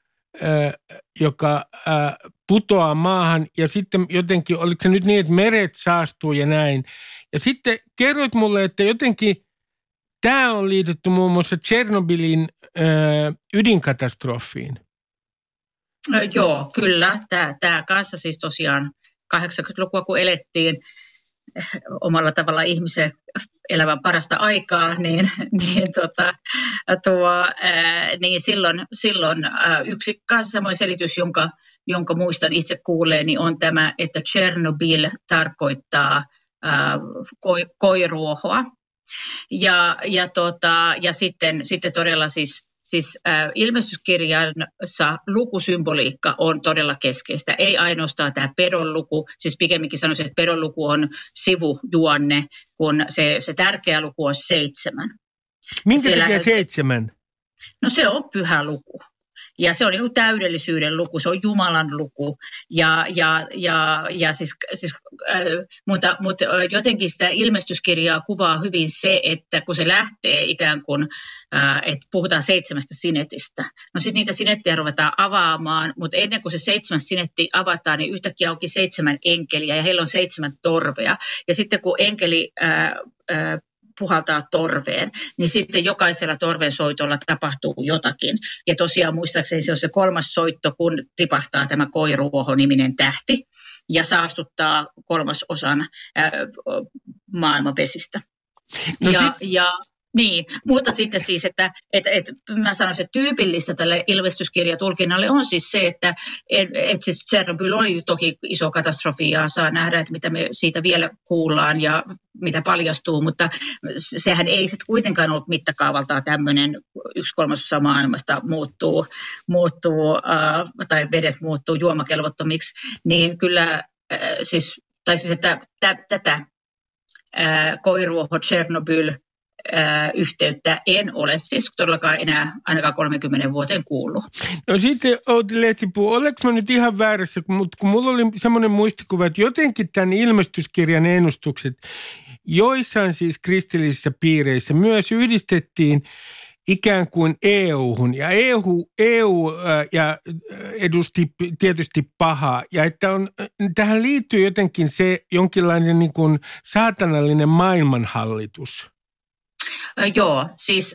joka putoaa maahan ja sitten jotenkin, oliko se nyt niin, että meret saastuu ja näin. Ja sitten kerroit mulle, että jotenkin tämä on liitetty muun muassa Tšernobylin ydinkatastrofiin. Joo, kyllä. Tämä kanssa siis tosiaan 80-lukua, kun elettiin omalla tavalla ihmisen elävän parasta aikaa, niin silloin yksi kanssa samoin selitys, jonka muistan itse kuulleeni, on tämä, että Tšernobyl tarkoittaa koiruohoa. Ja sitten todella siis ilmestyskirjansa lukusymboliikka on todella keskeistä. Ei ainoastaan tämä pedon luku, siis pikemminkin sanoisin, että pedon luku on sivujuonne, kun se tärkeä luku on 7. Minkä takia 7? No se on pyhä luku. Ja se on niin kuin täydellisyyden luku, se on Jumalan luku. Mutta jotenkin sitä ilmestyskirjaa kuvaa hyvin se, että kun se lähtee ikään kuin, että puhutaan 7 sinetistä. No sitten niitä sinettejä ruvetaan avaamaan, mutta ennen kuin se 7 sinetti avataan, niin yhtäkkiä onkin 7 enkeliä ja heillä on 7 torvea. Ja sitten kun enkeli puhaltaa torveen, niin sitten jokaisella torven soitolla tapahtuu jotakin. Ja tosiaan muistaakseni se on se 3. soitto, kun tipahtaa tämä koiruoho-niminen tähti ja saastuttaa 3/3 maailman vesistä. No Niin, mutta sitten siis, että mä sanoisin, että tyypillistä tälle ilmestyskirjatulkinnalle on siis se, että siis Tšernobyl oli toki iso katastrofi ja saa nähdä, että mitä me siitä vielä kuullaan ja mitä paljastuu, mutta sehän ei sitten kuitenkaan ollut mittakaavaltaan tämmöinen 1/3 maailmasta muuttuu tai vedet muuttuu juomakelvottomiksi, niin kyllä että tätä koiruoho Tšernobyl yhteyttä en ole siis todellakaan enää ainakaan 30 vuoteen kuullut. No sitten Outi Lehtipuu, olenko mä nyt ihan väärässä, mutta kun mulla oli semmoinen muistikuva, että jotenkin tämän ilmestyskirjan ennustukset joissain siis kristillisissä piireissä myös yhdistettiin ikään kuin EU-hun, ja EU edusti tietysti pahaa, ja että tähän liittyy jotenkin se jonkinlainen niin kuin saatanallinen maailmanhallitus. Joo, siis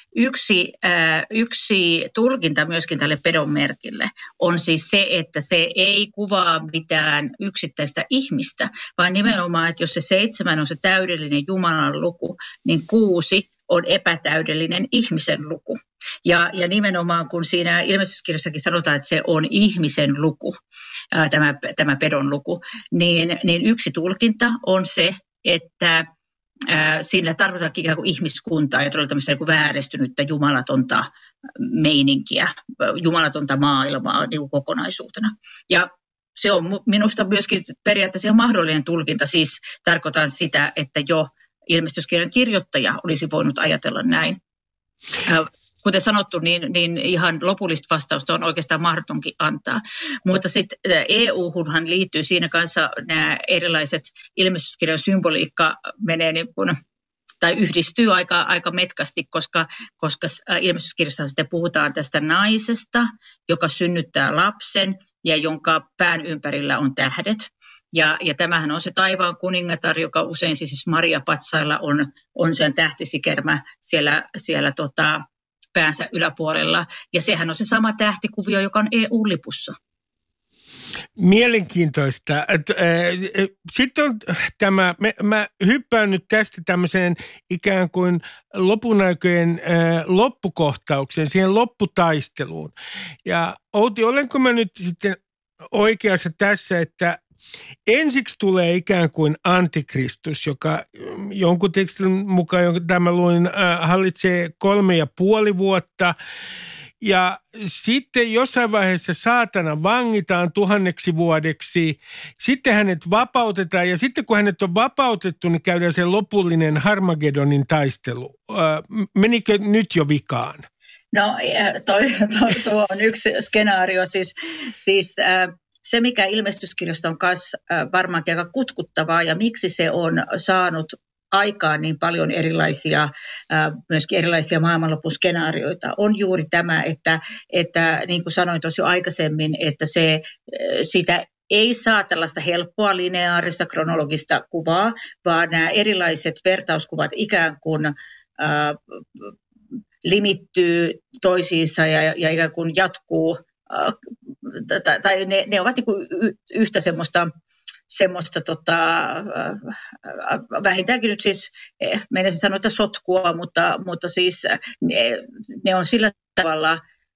yksi tulkinta myöskin tälle pedon merkille on siis se, että se ei kuvaa mitään yksittäistä ihmistä, vaan nimenomaan, että jos se 7 on se täydellinen Jumalan luku, niin 6 on epätäydellinen ihmisen luku. Ja nimenomaan kun siinä ilmestyskirjassakin sanotaan, että se on ihmisen luku, tämä pedon luku, niin yksi tulkinta on se, että siinä tarvitaan ikään kuin ihmiskuntaa ja todella tämmöistä niin vääristynyttä jumalatonta meininkiä, jumalatonta maailmaa niin kuin kokonaisuutena. Ja se on minusta myöskin periaatteessa ihan mahdollinen tulkinta, siis tarkoitan sitä, että jo ilmestyskirjan kirjoittaja olisi voinut ajatella näin. Kuten sanottu, niin ihan lopullista vastausta on oikeastaan mahdotonkin antaa. Mutta sitten EU-hunhan liittyy siinä kanssa nämä erilaiset ilmestyskirjan symboliikka menee niin kuin, tai yhdistyy aika metkasti, koska ilmestyskirjassa sitten puhutaan tästä naisesta, joka synnyttää lapsen ja jonka pään ympärillä on tähdet. Ja tämähän on se taivaan kuningatar, joka usein siis Maria patsailla on sen tähtisikermä siellä päänsä yläpuolella. Ja sehän on se sama tähtikuvio, joka on EU-lipussa. Mielenkiintoista. Sitten on tämä, mä hyppään nyt tästä tämmöiseen ikään kuin lopun aikojen loppukohtaukseen, siihen lopputaisteluun. Ja Outi, olenko mä nyt sitten oikeassa tässä, että ensiksi tulee ikään kuin antikristus, joka jonkun tekstin mukaan, jonka tämä luin, hallitsee 3,5 vuotta. Ja sitten jossain vaiheessa saatana vangitaan 1000 vuodeksi, sitten hänet vapautetaan ja sitten kun hänet on vapautettu, niin käydään se lopullinen Harmagedonin taistelu. Menikö nyt jo vikaan? No tuo on yksi skenaario, siis se, mikä ilmestyskirjassa on myös varmaankin aika kutkuttavaa ja miksi se on saanut aikaan niin paljon erilaisia, myöskin erilaisia maailmanlopun skenaarioita, on juuri tämä, että niin kuin sanoin tuossa jo aikaisemmin, että sitä ei saa tällaista helppoa, lineaarista, kronologista kuvaa, vaan nämä erilaiset vertauskuvat ikään kuin limittyy toisiinsa ja ikään kuin jatkuu, tai ne ovat niin kuin yhtä semmoista vähintäänkin nyt siis, meinasin sanoa, että sotkua, mutta siis ne on sillä tavalla,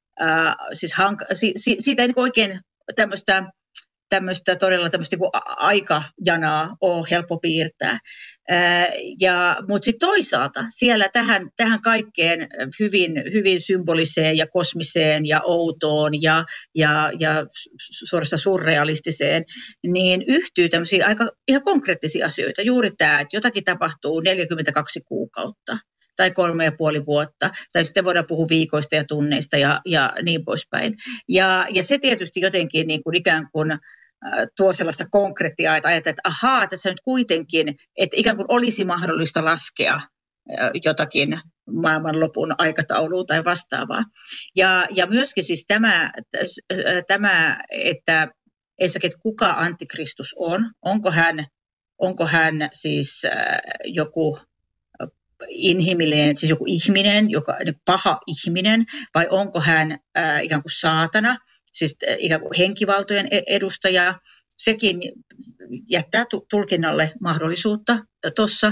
siitä ei niin oikein tämmöistä todella tämmöistä niin aikajanaa ole helppo piirtää. Mutta sitten toisaalta siellä tähän kaikkeen hyvin symboliseen ja kosmiseen ja outoon ja suorastaan surrealistiseen, niin yhtyy tämmöisiä aika ihan konkreettisia asioita. Juuri tämä, että jotakin tapahtuu 42 kuukautta tai 3,5 vuotta, tai sitten voidaan puhua viikoista ja tunneista ja niin poispäin. Ja se tietysti jotenkin niin kuin ikään kuin tuo sellaista konkretiaa, että ajatellaan, että ahaa, tässä nyt kuitenkin, että ikään kuin olisi mahdollista laskea jotakin maailmanlopun aikataulua tai vastaavaa. Ja myöskin siis tämä että ensinnäkin, että kuka antikristus on, onko hän siis joku inhimillinen, siis joku ihminen, paha ihminen, vai onko hän ikään kuin saatana, siis ikään kuin henkivaltojen edustaja. Sekin jättää tulkinnalle mahdollisuutta tuossa.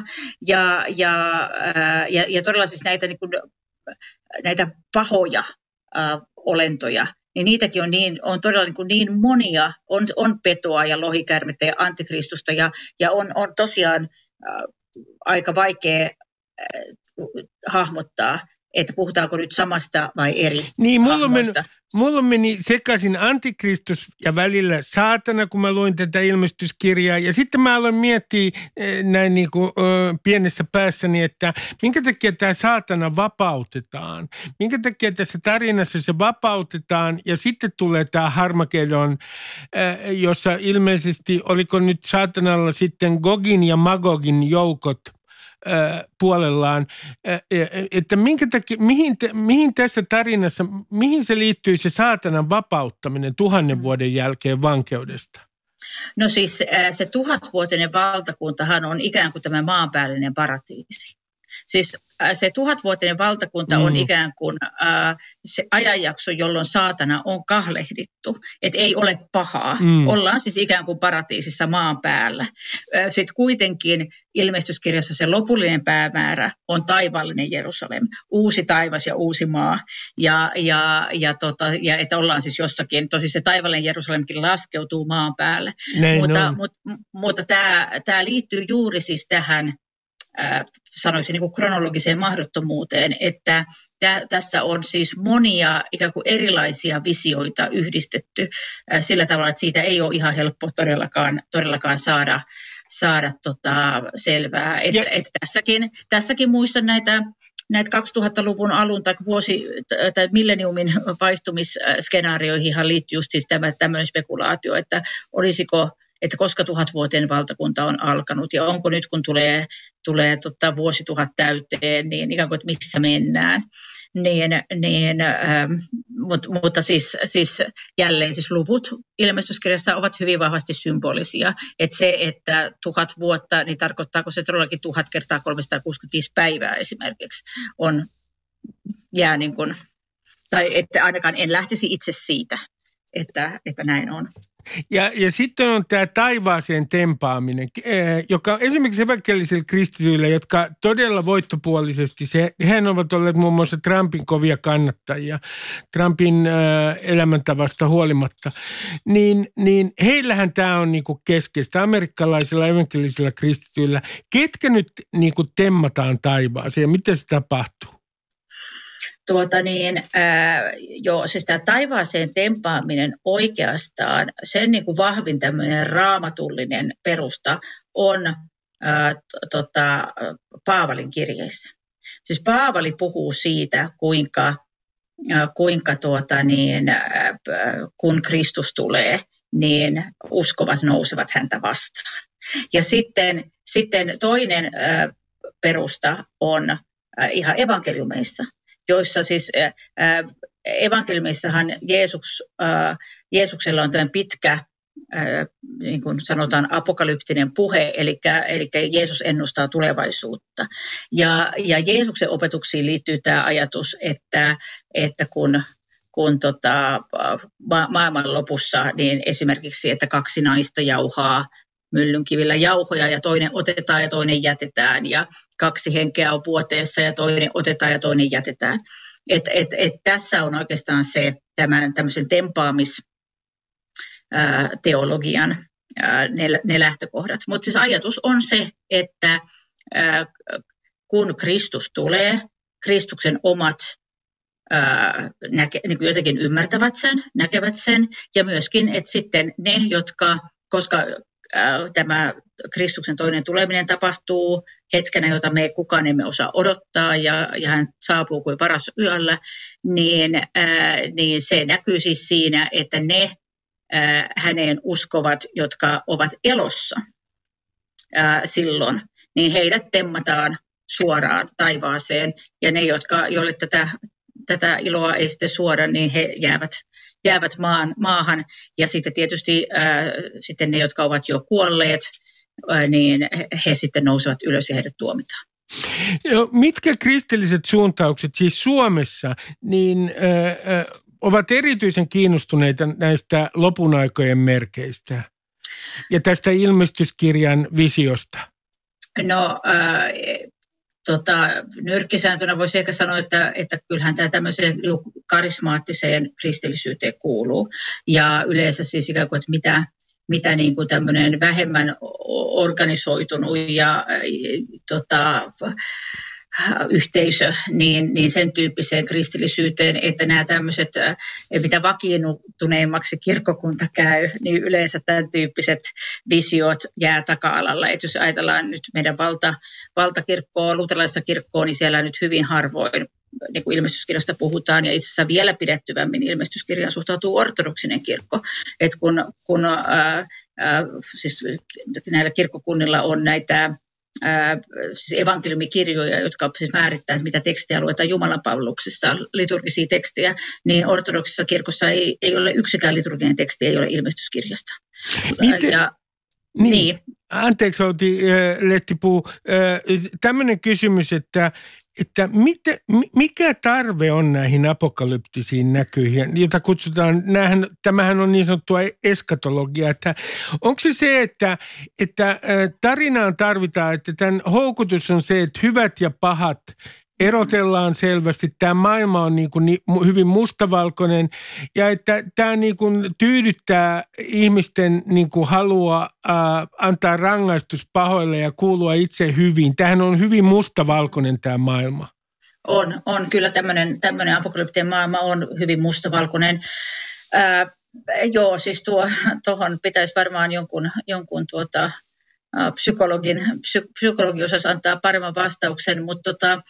Ja todella siis näitä pahoja olentoja, niin niitäkin on todella niin monia, on petoa ja lohikäärmettä ja antikristusta, ja on tosiaan aika vaikea hahmottaa, että puhutaanko nyt samasta vai eri hahmoista. Mulla meni sekaisin antikristus ja välillä saatana, kun mä luin tätä ilmestyskirjaa. Ja sitten mä aloin miettiä näin niin kuin pienessä päässäni, että minkä takia tämä saatana vapautetaan. Minkä takia tässä tarinassa se vapautetaan ja sitten tulee tämä Harmagedon, jossa ilmeisesti oliko nyt saatanalla sitten Gogin ja Magogin joukot puolellaan, että minkä takia, mihin tässä tarinassa, mihin se liittyy se saatanan vapauttaminen 1000 vuoden jälkeen vankeudesta? No siis se 1000-vuotinen valtakuntahan on ikään kuin tämä maanpäällinen paratiisi. Siis se 1000-vuotinen valtakunta on ikään kuin se ajanjakso, jolloin saatana on kahlehdittu, että ei ole pahaa. Ollaan siis ikään kuin paratiisissa maan päällä. Sitten kuitenkin ilmestyskirjassa se lopullinen päämäärä on taivaallinen Jerusalem, uusi taivas ja uusi maa. Ja että ollaan siis jossakin, tosi se taivaallinen Jerusalemkin laskeutuu maan päälle. Mutta tämä liittyy juuri siis tähän, sanoisin niin kuin kronologiseen mahdottomuuteen, että tässä on siis monia ikään kuin erilaisia visioita yhdistetty sillä tavalla, että siitä ei ole ihan helppo todellakaan saada selvää. Että tässäkin muistan näitä 2000-luvun alun tai milleniumin vaihtumisskenaarioihin liittyy just siis tämmöinen spekulaatio, että olisiko, että koska 1000-vuotinen valtakunta on alkanut ja onko nyt, kun tulee vuosituhat täyteen, niin ikään kuin, että missä mennään. Mutta siis jälleen siis luvut ilmestyskirjassa ovat hyvin vahvasti symbolisia. Että se, että 1000 vuotta, niin tarkoittaako se todellakin 1000 kertaa 365 päivää esimerkiksi, jää niin kuin, tai että ainakaan en lähtisi itse siitä, että näin on. Ja sitten on tämä taivaaseen tempaaminen, joka esimerkiksi evankelisilla kristityillä, jotka todella voittopuolisesti, hehän ovat olleet muun muassa Trumpin kovia kannattajia, Trumpin elämäntavasta huolimatta, niin heillähän tämä on niinku keskeistä amerikkalaisilla evankelisilla kristityillä. Ketkä nyt niinku temmataan taivaaseen ja miten se tapahtuu? Siis tämä taivaaseen tempaaminen oikeastaan, sen niin kuin vahvin tämmöinen raamatullinen perusta on Paavalin kirjeissä. Siis Paavali puhuu siitä, kuinka kun Kristus tulee, niin uskovat nousevat häntä vastaan. Ja sitten toinen perusta on ihan evankeliumeissa, joissa siis evankeliumeissahan Jeesuksella on tämän pitkä, niin kuin sanotaan, apokalyptinen puhe, eli Jeesus ennustaa tulevaisuutta. Ja Jeesuksen opetuksiin liittyy tämä ajatus, että kun maailman lopussa, niin esimerkiksi, että 2 naista jauhaa myllynkivillä jauhoja ja toinen otetaan ja toinen jätetään ja 2 henkeä on vuoteessa ja toinen otetaan ja toinen jätetään. Tässä on oikeastaan se tämmöisen tempaamisteologian ne lähtökohdat. Mutta siis ajatus on se, että kun Kristus tulee, Kristuksen omat niin kuin jotenkin ymmärtävät sen, näkevät sen, ja myöskin, että sitten ne, koska tämä Kristuksen toinen tuleminen tapahtuu hetkenä, jota me kukaan emme osaa odottaa, ja hän saapuu kuin varas yöllä, niin se näkyy siis siinä, että ne häneen uskovat, jotka ovat elossa silloin, niin heidät temmataan suoraan taivaaseen, ja ne, joille tätä iloa ei sitten suoda, niin he jäävät maahan. Ja sitten tietysti sitten ne, jotka ovat jo kuolleet, niin he sitten nousevat ylös ja heidät tuomitaan. Mitkä kristilliset suuntaukset siis Suomessa niin ovat erityisen kiinnostuneita näistä lopun aikojen merkeistä ja tästä ilmestyskirjan visiosta? No nyrkkisääntönä voisi ehkä sanoa, että kyllähän tämä tämmöiseen karismaattiseen kristillisyyteen kuuluu. Ja yleensä siis ikään kuin, että mitä niin kuin tämmöinen vähemmän organisoitunut ja yhteisö, niin sen tyyppiseen kristillisyyteen, että nämä tämmöiset, mitä vakiintuneemmaksi kirkkokunta käy, niin yleensä tämän tyyppiset visiot jää taka-alalla. Että jos ajatellaan nyt meidän valtakirkkoa, luterilaista kirkkoa, niin siellä nyt hyvin harvoin niin kuin ilmestyskirjasta puhutaan, ja itse asiassa vielä pidettyvämmin ilmestyskirjaan suhtautuu ortodoksinen kirkko. Että kun siis näillä kirkkokunnilla on näitä siis evankeliumikirjoja, jotka siis määrittää, mitä tekstejä luetaan Jumalanpalveluksessa, liturgisia tekstejä, niin ortodoksisessa kirkossa ei ole yksikään liturginen teksti, ei ole ilmestyskirjasta. Niin. Anteeksi, Outi Lehtipuu. Tämmöinen kysymys, että mikä tarve on näihin apokalyptisiin näkyihin, jota kutsutaan, tämähän on niin sanottua eskatologiaa, että onko se että tarinaan tarvitaan, että tämän houkutus on se, että hyvät ja pahat erotellaan selvästi. Tämä maailma on niin kuin hyvin mustavalkoinen ja että tämä niin kuin tyydyttää ihmisten niin kuin halua antaa rangaistus pahoille ja kuulua itse hyvin. Tämähän on hyvin mustavalkoinen tämä maailma. On kyllä tämmöinen apokalyptinen maailma on hyvin mustavalkoinen. Joo, siis tuohon pitäisi varmaan jonkun psykologi osaisi antaa paremman vastauksen, mutta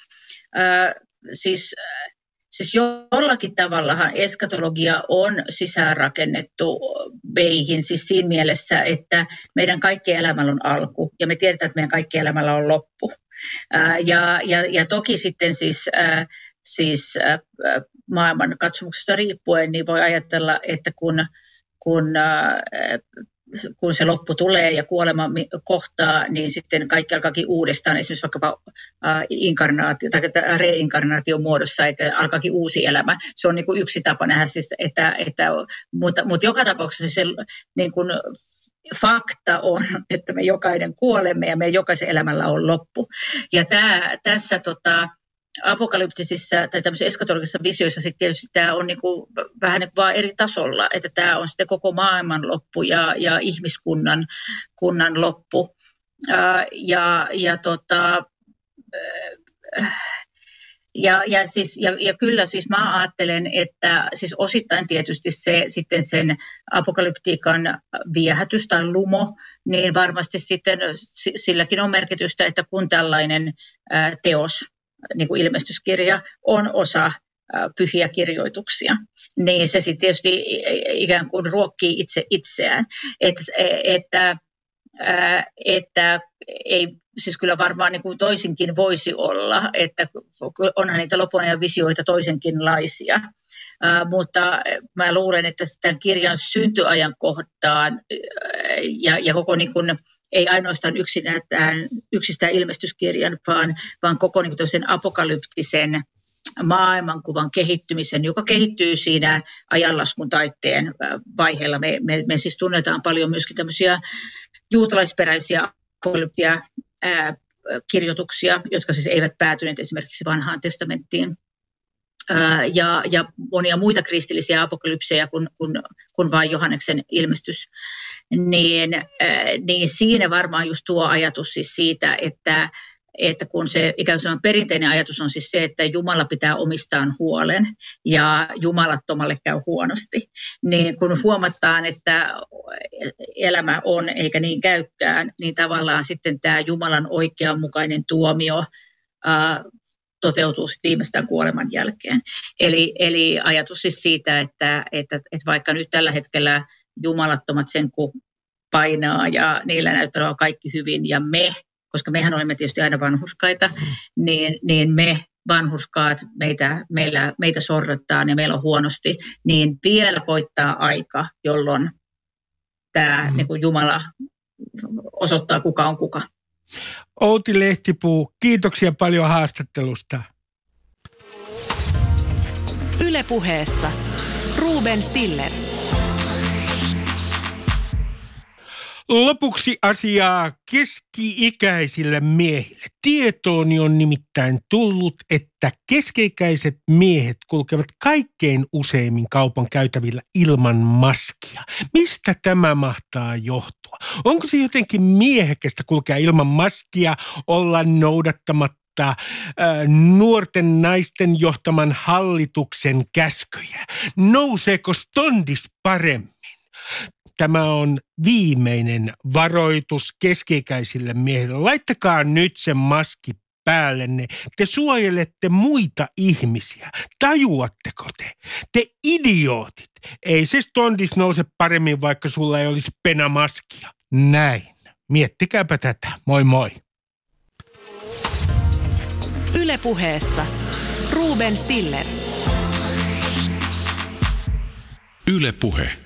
siis jollakin tavallahan eskatologia on sisäänrakennettu meihin, siis siinä mielessä, että meidän kaikkien elämällä on alku ja me tiedetään, että meidän kaikkien elämällä on loppu. Ja toki sitten siis maailman katsomuksesta riippuen niin voi ajatella, että kun se loppu tulee ja kuolema kohtaa, niin sitten kaikki alkaakin uudestaan, esimerkiksi vaikkapa inkarnaatio tai reinkarnaation muodossa, että alkaakin uusi elämä. Se on niin kuin yksi tapa nähdä, siis, mutta joka tapauksessa se niin kuin fakta on, että me jokainen kuolemme ja meidän jokaisen elämällä on loppu. Ja tässä apokalyptisissa tai tämmöisissä eskatologisissa visioissa sitten tietysti tämä on niinku vähän niin vaan eri tasolla, että tämä on sitten koko maailman loppu ja ihmiskunnan loppu. Ja kyllä siis mä ajattelen, että siis osittain tietysti se sitten sen apokalyptiikan viehätys tai lumo, niin varmasti sitten silläkin on merkitystä, että kun tällainen teos, niin kuin ilmestyskirja, on osa pyhiä kirjoituksia, niin se sitten tietysti ikään kuin ruokkii itseään. Että että ei, siis kyllä varmaan niin kuin toisinkin voisi olla, että onhan niitä Loponen visioita toisenkinlaisia, mutta mä luulen, että tämän kirjan syntyajan kohtaan ja koko niin kuin, ei ainoastaan yksistään ilmestyskirjan, vaan koko niin kuin sen apokalyptisen maailmankuvan kehittymisen, joka kehittyy siinä ajanlaskun taitteen vaiheella. Me siis tunnetaan paljon myöskin tämmöisiä juutalaisperäisiä apokalyptia kirjoituksia, jotka siis eivät päätyneet esimerkiksi vanhaan testamenttiin. Ja monia muita kristillisiä apokalypseja kuin vain Johanneksen ilmestys, niin siinä varmaan just tuo ajatus siis siitä, että kun se ikään kuin perinteinen ajatus on siis se, että Jumala pitää omistaan huolen ja jumalattomalle käy huonosti, niin kun huomataan, että elämä on eikä niin käykään, niin tavallaan sitten tämä Jumalan oikeanmukainen tuomio toteutuu sitten viimeistään kuoleman jälkeen. Eli ajatus siis siitä, että vaikka nyt tällä hetkellä jumalattomat sen kun painaa ja niillä näyttää olevan kaikki hyvin ja koska mehän olemme tietysti aina vanhurskaita, niin me vanhurskaat, meitä sorrettaan ja meillä on huonosti, niin vielä koittaa aika, jolloin tämä niin kuin Jumala osoittaa, kuka on kuka. Outi Lehtipuu, kiitoksia paljon haastattelusta. Yle Puheessa Ruben Stiller. Lopuksi asiaa keski-ikäisille miehille. Tietooni on nimittäin tullut, että keski-ikäiset miehet kulkevat kaikkein useimmin kaupan käytävillä ilman maskia. Mistä tämä mahtaa johtua? Onko se jotenkin miehekästä kulkea ilman maskia, olla noudattamatta nuorten naisten johtaman hallituksen käskyjä? Nouseeko stondis paremmin? Tämä on viimeinen varoitus keski-ikäisille miehille. Laittakaa nyt se maski päällenne. Te suojelette muita ihmisiä. Tajuatteko te? Te idiootit. Ei se stondis nouse paremmin, vaikka sulla ei olisi penamaskia. Näin. Miettikääpä tätä. Moi moi. Yle Puheessa Ruben Stiller. Yle Puhe.